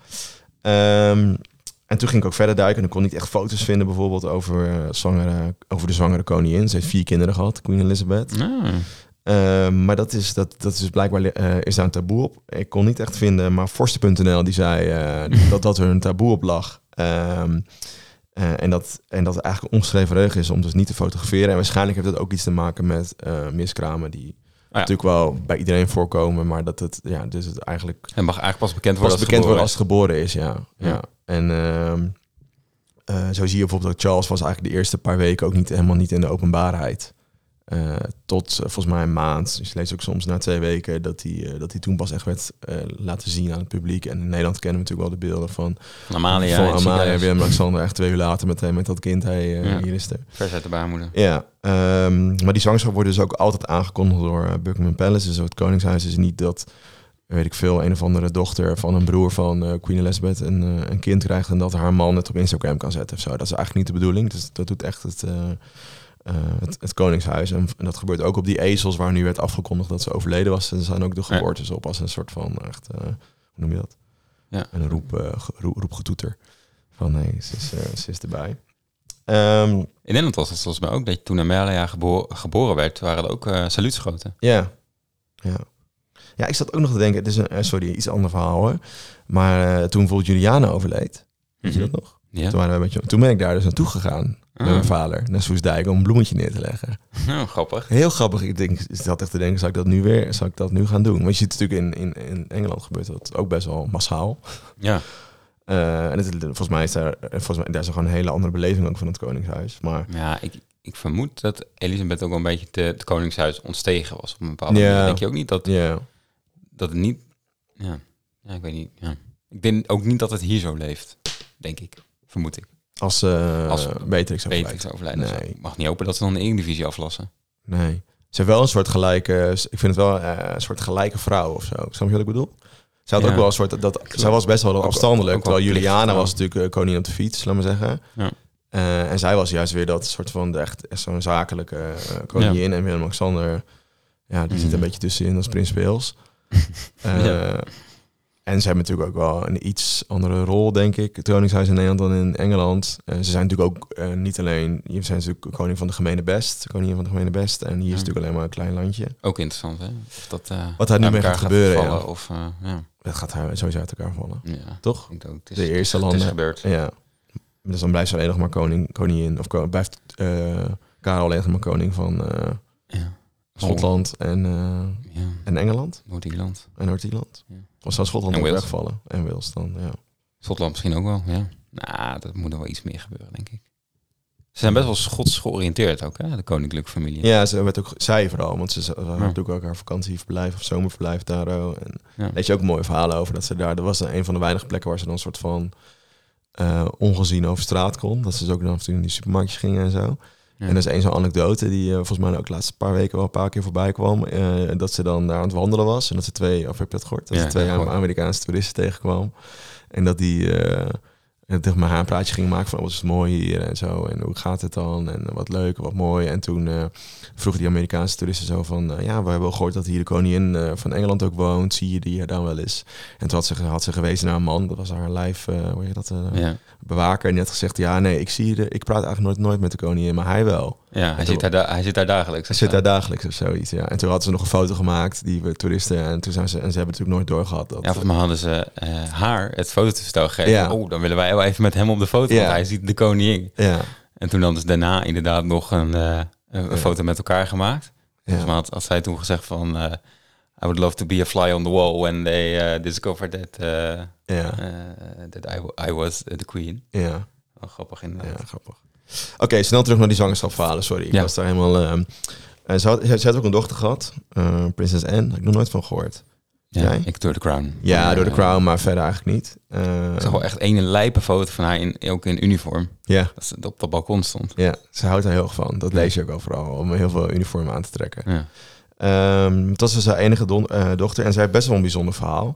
Um, En toen ging ik ook verder duiken en ik kon niet echt foto's vinden bijvoorbeeld over, uh, zwangere, over de zwangere koningin. Ze heeft vier kinderen gehad, Queen Elizabeth. Oh. Uh, maar dat is, dat, dat is dus blijkbaar uh, is daar een taboe op. Ik kon niet echt vinden, maar Forster punt n l die zei uh, dat, dat er een taboe op lag. Um, uh, en, dat, en dat het eigenlijk een ongeschreven regel is om dus niet te fotograferen. En waarschijnlijk heeft dat ook iets te maken met uh, miskramen die... Oh ja. Natuurlijk wel bij iedereen voorkomen, maar dat het, ja, dus het eigenlijk... Het mag eigenlijk pas bekend worden, pas als, bekend het worden als het geboren is, ja. ja. ja. En uh, uh, zo zie je bijvoorbeeld dat Charles was eigenlijk de eerste paar weken ook niet helemaal niet in de openbaarheid. Uh, tot uh, volgens mij een maand. Dus je leest ook soms na twee weken dat hij, uh, dat hij toen pas echt werd uh, laten zien aan het publiek. En in Nederland kennen we natuurlijk wel de beelden van Amalia, van Amalia en Willem-Alexander echt twee uur later met, met dat kind. Hey, uh, ja. Hier is er. Vers uit de baarmoeder. Ja, um, maar die zwangerschap wordt dus ook altijd aangekondigd door uh, Buckingham Palace. Dus het Koningshuis is niet dat, weet ik veel, een of andere dochter van een broer van uh, Queen Elizabeth een, uh, een kind krijgt en dat haar man het op Instagram kan zetten of zo. Dat is eigenlijk niet de bedoeling. Dus dat doet echt het... Uh, Uh, het, het Koningshuis. En, en dat gebeurt ook op die ezels waar nu werd afgekondigd dat ze overleden was. En er staan ook de geboortes ja. op als een soort van echt, uh, hoe noem je dat? Ja. Een roep, uh, roep, roepgetoeter. Van nee, ze is, uh, ze is erbij. Um, In Nederland was het volgens mij ook dat je toen Amalia gebo- geboren werd, waren er ook uh, saluutschoten. Ja. ja. Ja, ik zat ook nog te denken, het is een, uh, sorry, iets ander verhaal hoor. Maar uh, toen bijvoorbeeld Juliana overleed, weet je dat nog? Ja. Toen, waren we met je, toen ben ik daar dus naartoe gegaan. Met mijn vader naar Soestdijk om een bloemetje neer te leggen. Nou, grappig. Heel grappig. Ik denk, ik zat echt te denken, zou ik dat nu weer, zou ik dat nu gaan doen? Want je ziet natuurlijk in, in, in Engeland gebeurt dat ook best wel massaal. Ja. Uh, en het, volgens mij is daar, volgens mij, daar is er gewoon een hele andere beleving ook van het Koningshuis. Maar ja, ik, ik vermoed dat Elisabeth ook wel een beetje te, het Koningshuis ontstegen was op een bepaalde ja. manier. Denk je ook niet dat, ja. dat het niet... Ja, ja ik weet niet. Ja. Ik denk ook niet dat het hier zo leeft, denk ik. Vermoed ik. Als, uh, Als Beatrix overlijdt. Beatrix overlijden. Nee. Dus ik mag niet hopen dat ze dan de Eredivisie aflassen. Nee. Ze heeft wel een soort gelijke... Ik vind het wel uh, een soort gelijke vrouw of zo. Snap je wat ik bedoel? Ze had ja. ook wel een soort... Dat, zij was best wel ook, afstandelijk. Ook terwijl Juliana was natuurlijk uh, koningin op de fiets, laat maar zeggen. Ja. Uh, en zij was juist weer dat soort van... De echt, echt zo'n zakelijke uh, koningin. Ja. En Willem-Alexander... Ja, die mm. zit een beetje tussenin als prins Wales. uh, ja. En ze hebben natuurlijk ook wel een iets andere rol, denk ik. Het Koningshuis in Nederland dan in Engeland. Uh, ze zijn natuurlijk ook uh, niet alleen... Je zijn natuurlijk koning van de gemene best. Koningin van de gemene best. En hier ja. is natuurlijk alleen maar een klein landje. Ook interessant, hè? Of dat, uh, Wat daar nu mee gaat, gaat gebeuren, ja. Of, uh, ja. Dat gaat haar sowieso uit elkaar vallen. Ja, toch? Ik ook. Het is, de eerste het is, landen. Het is gebeurd. Ja. Dus dan blijft ze alleen nog maar koning, koningin. Of ko- blijft uh, Karel alleen nog maar koning van uh, ja. Schotland en, uh, ja. en Engeland. Noord-Ierland. En Noord-Ierland. Ja. Of zou Schotland ook wegvallen? En Wales dan, ja. Schotland misschien ook wel, ja. Nou, dat moet nog wel iets meer gebeuren, denk ik. Ze zijn best wel Schots georiënteerd ook, hè? De koninklijke familie. Ja, ze werd ook zij vooral, want ze had ja. natuurlijk ook haar vakantieverblijf of zomerverblijf daar. En ja. lees je ook mooie verhalen over dat ze daar... Er was een van de weinige plekken waar ze dan een soort van uh, ongezien over straat kon. Dat ze dus ook dan af en toe in die supermarktjes gingen en zo. Ja. En er is één zo'n anekdote die uh, volgens mij ook de laatste paar weken wel een paar keer voorbij kwam. Uh, dat ze dan daar aan het wandelen was. En dat ze twee, of heb je dat gehoord? Dat ja, ze twee ja, Amerikaanse toeristen tegenkwam. En dat die uh, tegen mij haar een praatje ging maken van wat is het mooi hier en zo. En hoe gaat het dan? En wat leuk, wat mooi. En toen uh, vroegen die Amerikaanse toeristen zo van... Uh, ja, we hebben al gehoord dat hier de koningin uh, van Engeland ook woont. Zie je die hier dan wel eens? En toen had ze, had ze gewezen naar een man. Dat was haar live, uh, hoe heet dat? Uh, ja. bewaker. En die had gezegd, ja, nee, ik zie de, ik praat eigenlijk nooit, nooit met de koningin, maar hij wel. Ja, hij, zit daar, da- hij zit daar dagelijks. Hij zit daar dagelijks of zoiets, ja. En toen hadden ze nog een foto gemaakt, die we toeristen, en toen zijn ze, en ze hebben natuurlijk nooit doorgehad. Dat, ja, volgens mij hadden ze uh, haar het fototoestel gegeven. Ja. Oh, dan willen wij wel even met hem op de foto, ja. want hij ziet de koningin. Ja. En toen hadden ze daarna inderdaad nog een, uh, een ja. foto met elkaar gemaakt. Volgens mij had, had zij toen gezegd van... Uh, I would love to be a fly on the wall when they uh, discovered that, uh, yeah. uh, that I, I was the queen. Ja. Yeah. Oh, grappig inderdaad. Ja, grappig. Oké, okay, snel terug naar die zwangerschapsverhalen. Sorry, ik ja. was daar helemaal... Uh, uh, ze, had, ze had ook een dochter gehad, uh, Prinses Anne. Heb ik nog nooit van gehoord. Ja, Jij? ik door de Crown. Ja, door de Crown, maar verder eigenlijk niet. Uh, ik zag wel echt een lijpe foto van haar, in, ook in uniform. Ja. Dat ze op dat balkon stond. Ja, ze houdt er heel erg van. Dat lees je ook overal, om heel veel uniformen aan te trekken. Ja. Um, dat was haar enige don- uh, dochter en zij heeft best wel een bijzonder verhaal.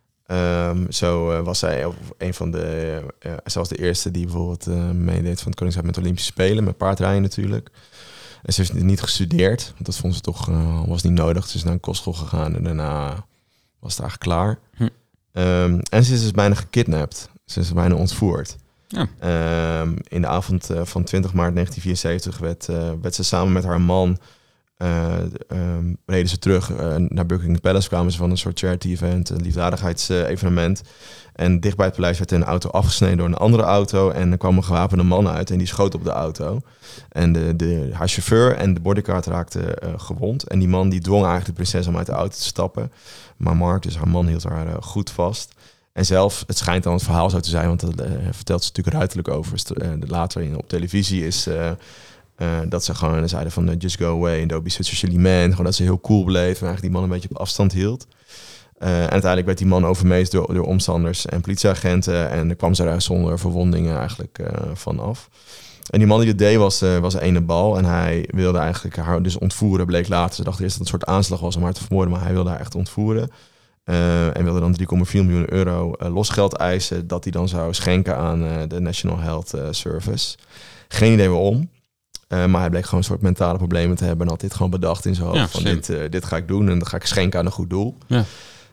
Um, zo uh, was zij een van de... Uh, zij was de eerste die bijvoorbeeld uh, meedeed van het Koningshuis met Olympische Spelen, met paardrijden natuurlijk. En ze heeft niet gestudeerd, want dat vond ze toch uh, was niet nodig. Ze is naar een kostschool gegaan en daarna was het eigenlijk klaar. Hm. Um, en ze is dus bijna gekidnapt. Ze is bijna ontvoerd. Ja. Um, in de avond uh, van twintig maart negentien vierenzeventig werd, uh, werd ze samen met haar man... Uh, um, reden ze terug uh, naar Buckingham Palace, kwamen ze van een soort charity-event, een liefdadigheidsevenement. En dicht bij het paleis werd een auto afgesneden door een andere auto. En er kwam een gewapende man uit en die schoot op de auto. En de, de, haar chauffeur en de bodyguard raakten uh, gewond. En die man die dwong eigenlijk de prinses om uit de auto te stappen. Maar Mark, dus haar man, hield haar uh, goed vast. En zelf, het schijnt dan het verhaal zo te zijn, want dat uh, vertelt ze natuurlijk ruiterlijk over. Uh, later in, op televisie is... Uh, Uh, dat ze gewoon zeiden van uh, just go away and don't be such a silly man. Gewoon dat ze heel cool bleef en eigenlijk die man een beetje op afstand hield. Uh, en uiteindelijk werd die man overmeest door, door omstanders en politieagenten. En er kwam ze er zonder verwondingen eigenlijk uh, van af. En die man die het deed was, uh, was ene bal. En hij wilde eigenlijk haar dus ontvoeren, bleek later. Ze dachten eerst dat het een soort aanslag was om haar te vermoorden, maar hij wilde haar echt ontvoeren. Uh, en wilde dan drie komma vier miljoen euro uh, losgeld eisen dat hij dan zou schenken aan uh, de National Health uh, Service. Geen idee waarom. Uh, maar hij bleek gewoon een soort mentale problemen te hebben. En had dit gewoon bedacht in zijn hoofd. Ja, van dit, uh, dit ga ik doen en dan ga ik schenken aan een goed doel. Ja.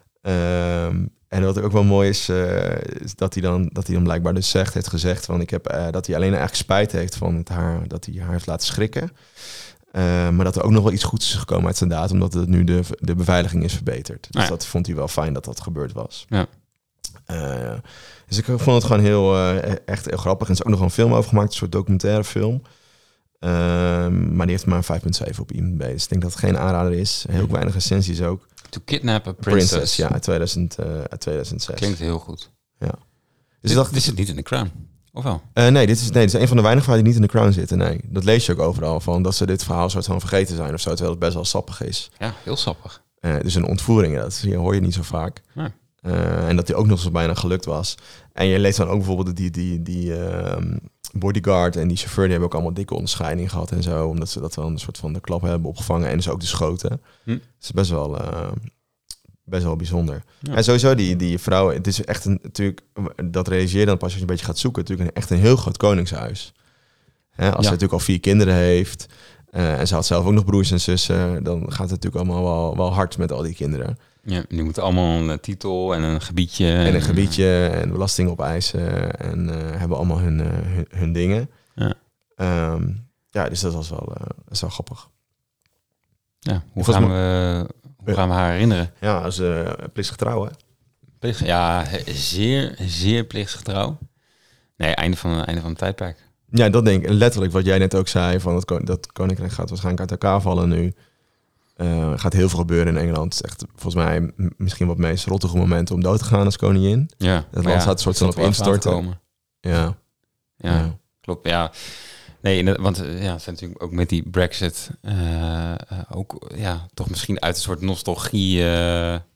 Um, en wat ook wel mooi is, uh, is dat, hij dan, dat hij dan blijkbaar dus zegt, heeft gezegd van ik heb, uh, dat hij alleen eigenlijk spijt heeft van het haar, dat hij haar heeft laten schrikken. Uh, maar dat er ook nog wel iets goeds is gekomen uit zijn daad, omdat het nu de, de beveiliging is verbeterd. Dus ja. dat vond hij wel fijn dat dat gebeurd was. Ja. Uh, dus ik vond het gewoon heel, uh, echt heel grappig. En er is ook nog een film over gemaakt, een soort documentaire film. Uh, maar die heeft maar een vijf komma zeven op I M D B. Dus ik denk dat het geen aanrader is. Heel weinig recensies ook. To Kidnap a Princess. Princess, ja, uit, tweeduizend, uh, uit tweeduizend zes. Klinkt heel goed. Ja. Dus ik dacht, dit zit niet in de Crown, of wel? Uh, nee, dit is, nee, dit is een van de weinige verhalen die niet in de Crown zitten. Nee, dat lees je ook overal van dat ze dit verhaal soort van vergeten zijn of zo, terwijl het best wel sappig is. Ja, heel sappig. Uh, dus een ontvoering, dat hoor je niet zo vaak. Nee. Uh, en dat die ook nog zo bijna gelukt was. En je leest dan ook bijvoorbeeld die, die, die uh, bodyguard en die chauffeur, die hebben ook allemaal dikke onderscheiding gehad en zo, omdat ze dat wel een soort van de klap hebben opgevangen en dus ook de schoten. Hm. Het is best wel, uh, best wel bijzonder. Ja. En sowieso die, die vrouw, het is echt een, natuurlijk, dat realiseer je dan pas als je een beetje gaat zoeken, natuurlijk een, echt een heel groot koningshuis. Hè, als ja. ze natuurlijk al vier kinderen heeft, uh, en ze had zelf ook nog broers en zussen, dan gaat het natuurlijk allemaal wel, wel hard met al die kinderen. Ja, die moeten allemaal een titel en een gebiedje. En een gebiedje en belasting opeisen en uh, hebben allemaal hun, uh, hun, hun dingen. Ja. Um, ja, dus dat was wel, uh, dat is wel grappig. Ja, hoe, gaan we, hoe gaan we haar herinneren? Ja, als uh, plichtsgetrouw, hè? Plicht, ja, zeer, zeer plichtsgetrouw. Nee, einde van, einde van het tijdperk. Ja, dat denk ik. Letterlijk wat jij net ook zei, van dat, dat koninkrijk gaat waarschijnlijk uit elkaar vallen nu. Uh, er gaat heel veel gebeuren in Engeland. Het is echt volgens mij m- misschien wat meest rottige momenten om dood te gaan als koningin. Ja, het land staat een soort van op instorten. Ja. ja. Ja, klopt. Ja. Nee, de, want ja, het zijn natuurlijk ook met die Brexit uh, uh, ook ja, toch misschien uit een soort nostalgie uh, uh,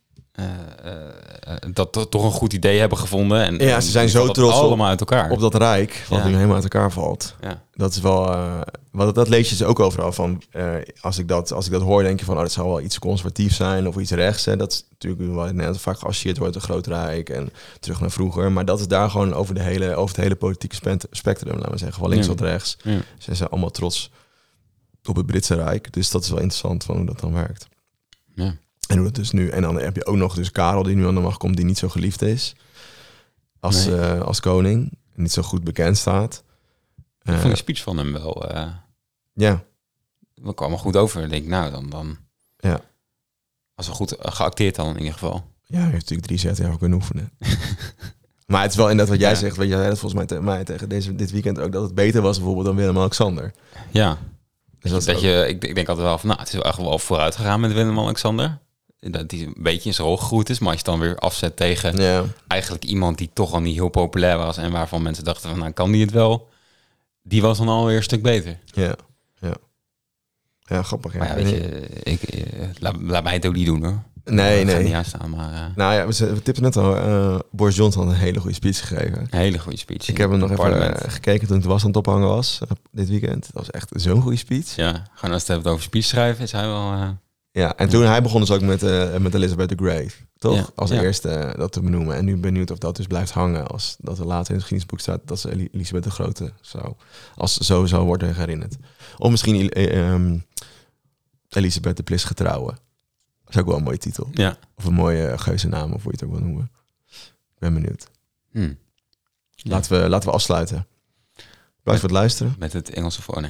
uh, dat to- toch een goed idee hebben gevonden. En, ja, ze zijn en zo trots allemaal uit elkaar. op dat rijk, wat ja. nu helemaal uit elkaar valt. Ja. Dat is wel, uh, wat dat lees je ze ook overal van. Uh, als ik dat, als ik dat hoor, denk je van, oh, dat zou wel iets conservatief zijn of iets rechts. Hè. Dat is natuurlijk wat net vaak geassocieerd wordt, een groot rijk en terug naar vroeger. Maar dat is daar gewoon over de hele, over het hele politieke spectrum, laten we zeggen, van links ja. tot rechts. Ja. Ze zijn allemaal trots op het Britse Rijk. Dus dat is wel interessant van hoe dat dan werkt. Ja. En hoe dat dus nu. En dan heb je ook nog dus Karel die nu aan de macht komt, die niet zo geliefd is als, nee. uh, als koning, niet zo goed bekend staat. Ik uh, vond de speech van hem wel. Uh, ja. We kwamen goed over. Ik denk, nou, dan, dan. Ja. Als we goed uh, geacteerd dan in ieder geval. Ja, hij heeft natuurlijk drie zetten jaar kunnen oefenen. Maar het is wel inderdaad wat jij ja. zegt. Wat jij zei dat volgens mij tegen mij tegen deze dit weekend ook, dat het beter was bijvoorbeeld dan Willem-Alexander. Ja. Dus dat, dat je, ik, ik denk altijd wel van, nou, het is wel echt wel vooruit gegaan met Willem-Alexander. Dat die een beetje in zijn rol gegroeid is. Maar als je dan weer afzet tegen ja. eigenlijk iemand die toch al niet heel populair was en waarvan mensen dachten van, nou, kan die het wel? Die was dan alweer een stuk beter. Ja, ja. Ja, grappig. Ja. Maar ja, weet je, ik, laat, laat mij het ook niet doen, hoor. Nee, ik nee. ga niet aanstaan, maar... Uh... Nou ja, we, we tipten net al, uh, Boris Johnson had een hele goede speech gegeven. Een hele goede speech. Ik heb hem nog even parlement. gekeken toen het was aan het ophangen was, uh, dit weekend. Dat was echt zo'n goede speech. Ja, gewoon als het hebben over speech schrijven, is hij wel... Uh... Ja, en toen hij begon dus ook met, uh, met Elizabeth the Great, toch? Ja, als ja. eerste uh, dat te benoemen. En nu benieuwd of dat dus blijft hangen, als dat er later in het geschiedenisboek staat dat ze Elisabeth de Grote zou, als zo zou worden herinnerd. Of misschien uh, um, Elisabeth de Plichtsgetrouwe. Dat is ook wel een mooie titel. Ja. Of een mooie geuzennaam, of hoe je het ook wil noemen. Ik ben benieuwd. Hmm. Ja. Laten, we, laten we afsluiten. Blijf wat luisteren. Met het Engelse voor, nee.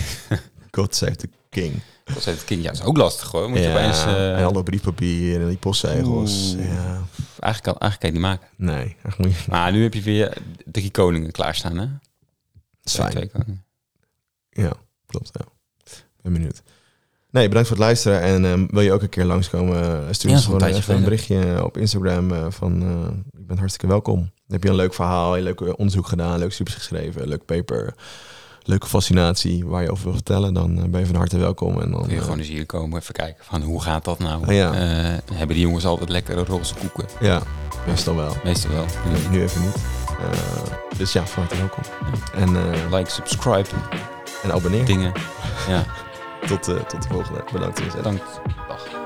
God save the king. God save the king, ja, dat is ook lastig hoor. Moet ja, je opeens, uh... en alle briefpapier en die postzegels. Ja. Eigenlijk kan, eigenlijk kan je die maken. Nee, eigenlijk moet je... Maar nu heb je weer drie koningen klaarstaan, hè? Fijn. Twee koningen. Ja, klopt, ja. Ben benieuwd. Nee, bedankt voor het luisteren. En um, wil je ook een keer langskomen, stuur ja, ons gewoon een even een berichtje op Instagram uh, van uh, ik ben hartstikke welkom. Dan heb je een leuk verhaal, een leuk onderzoek gedaan, leuk subs geschreven, leuk paper, leuke fascinatie waar je over wil vertellen. Dan uh, ben je van harte welkom. En dan kun je uh, gewoon eens hier komen, even kijken van hoe gaat dat nou? Uh, ja. uh, hebben die jongens altijd lekkere roze koeken? Ja, meestal wel. Meestal wel. Nu, nu even niet. Uh, dus ja, van harte welkom. Ja. En, uh, like, subscribe. En abonneer. Dingen. Ja. Tot, uh, tot de volgende. Bedankt. Bedankt. Dag.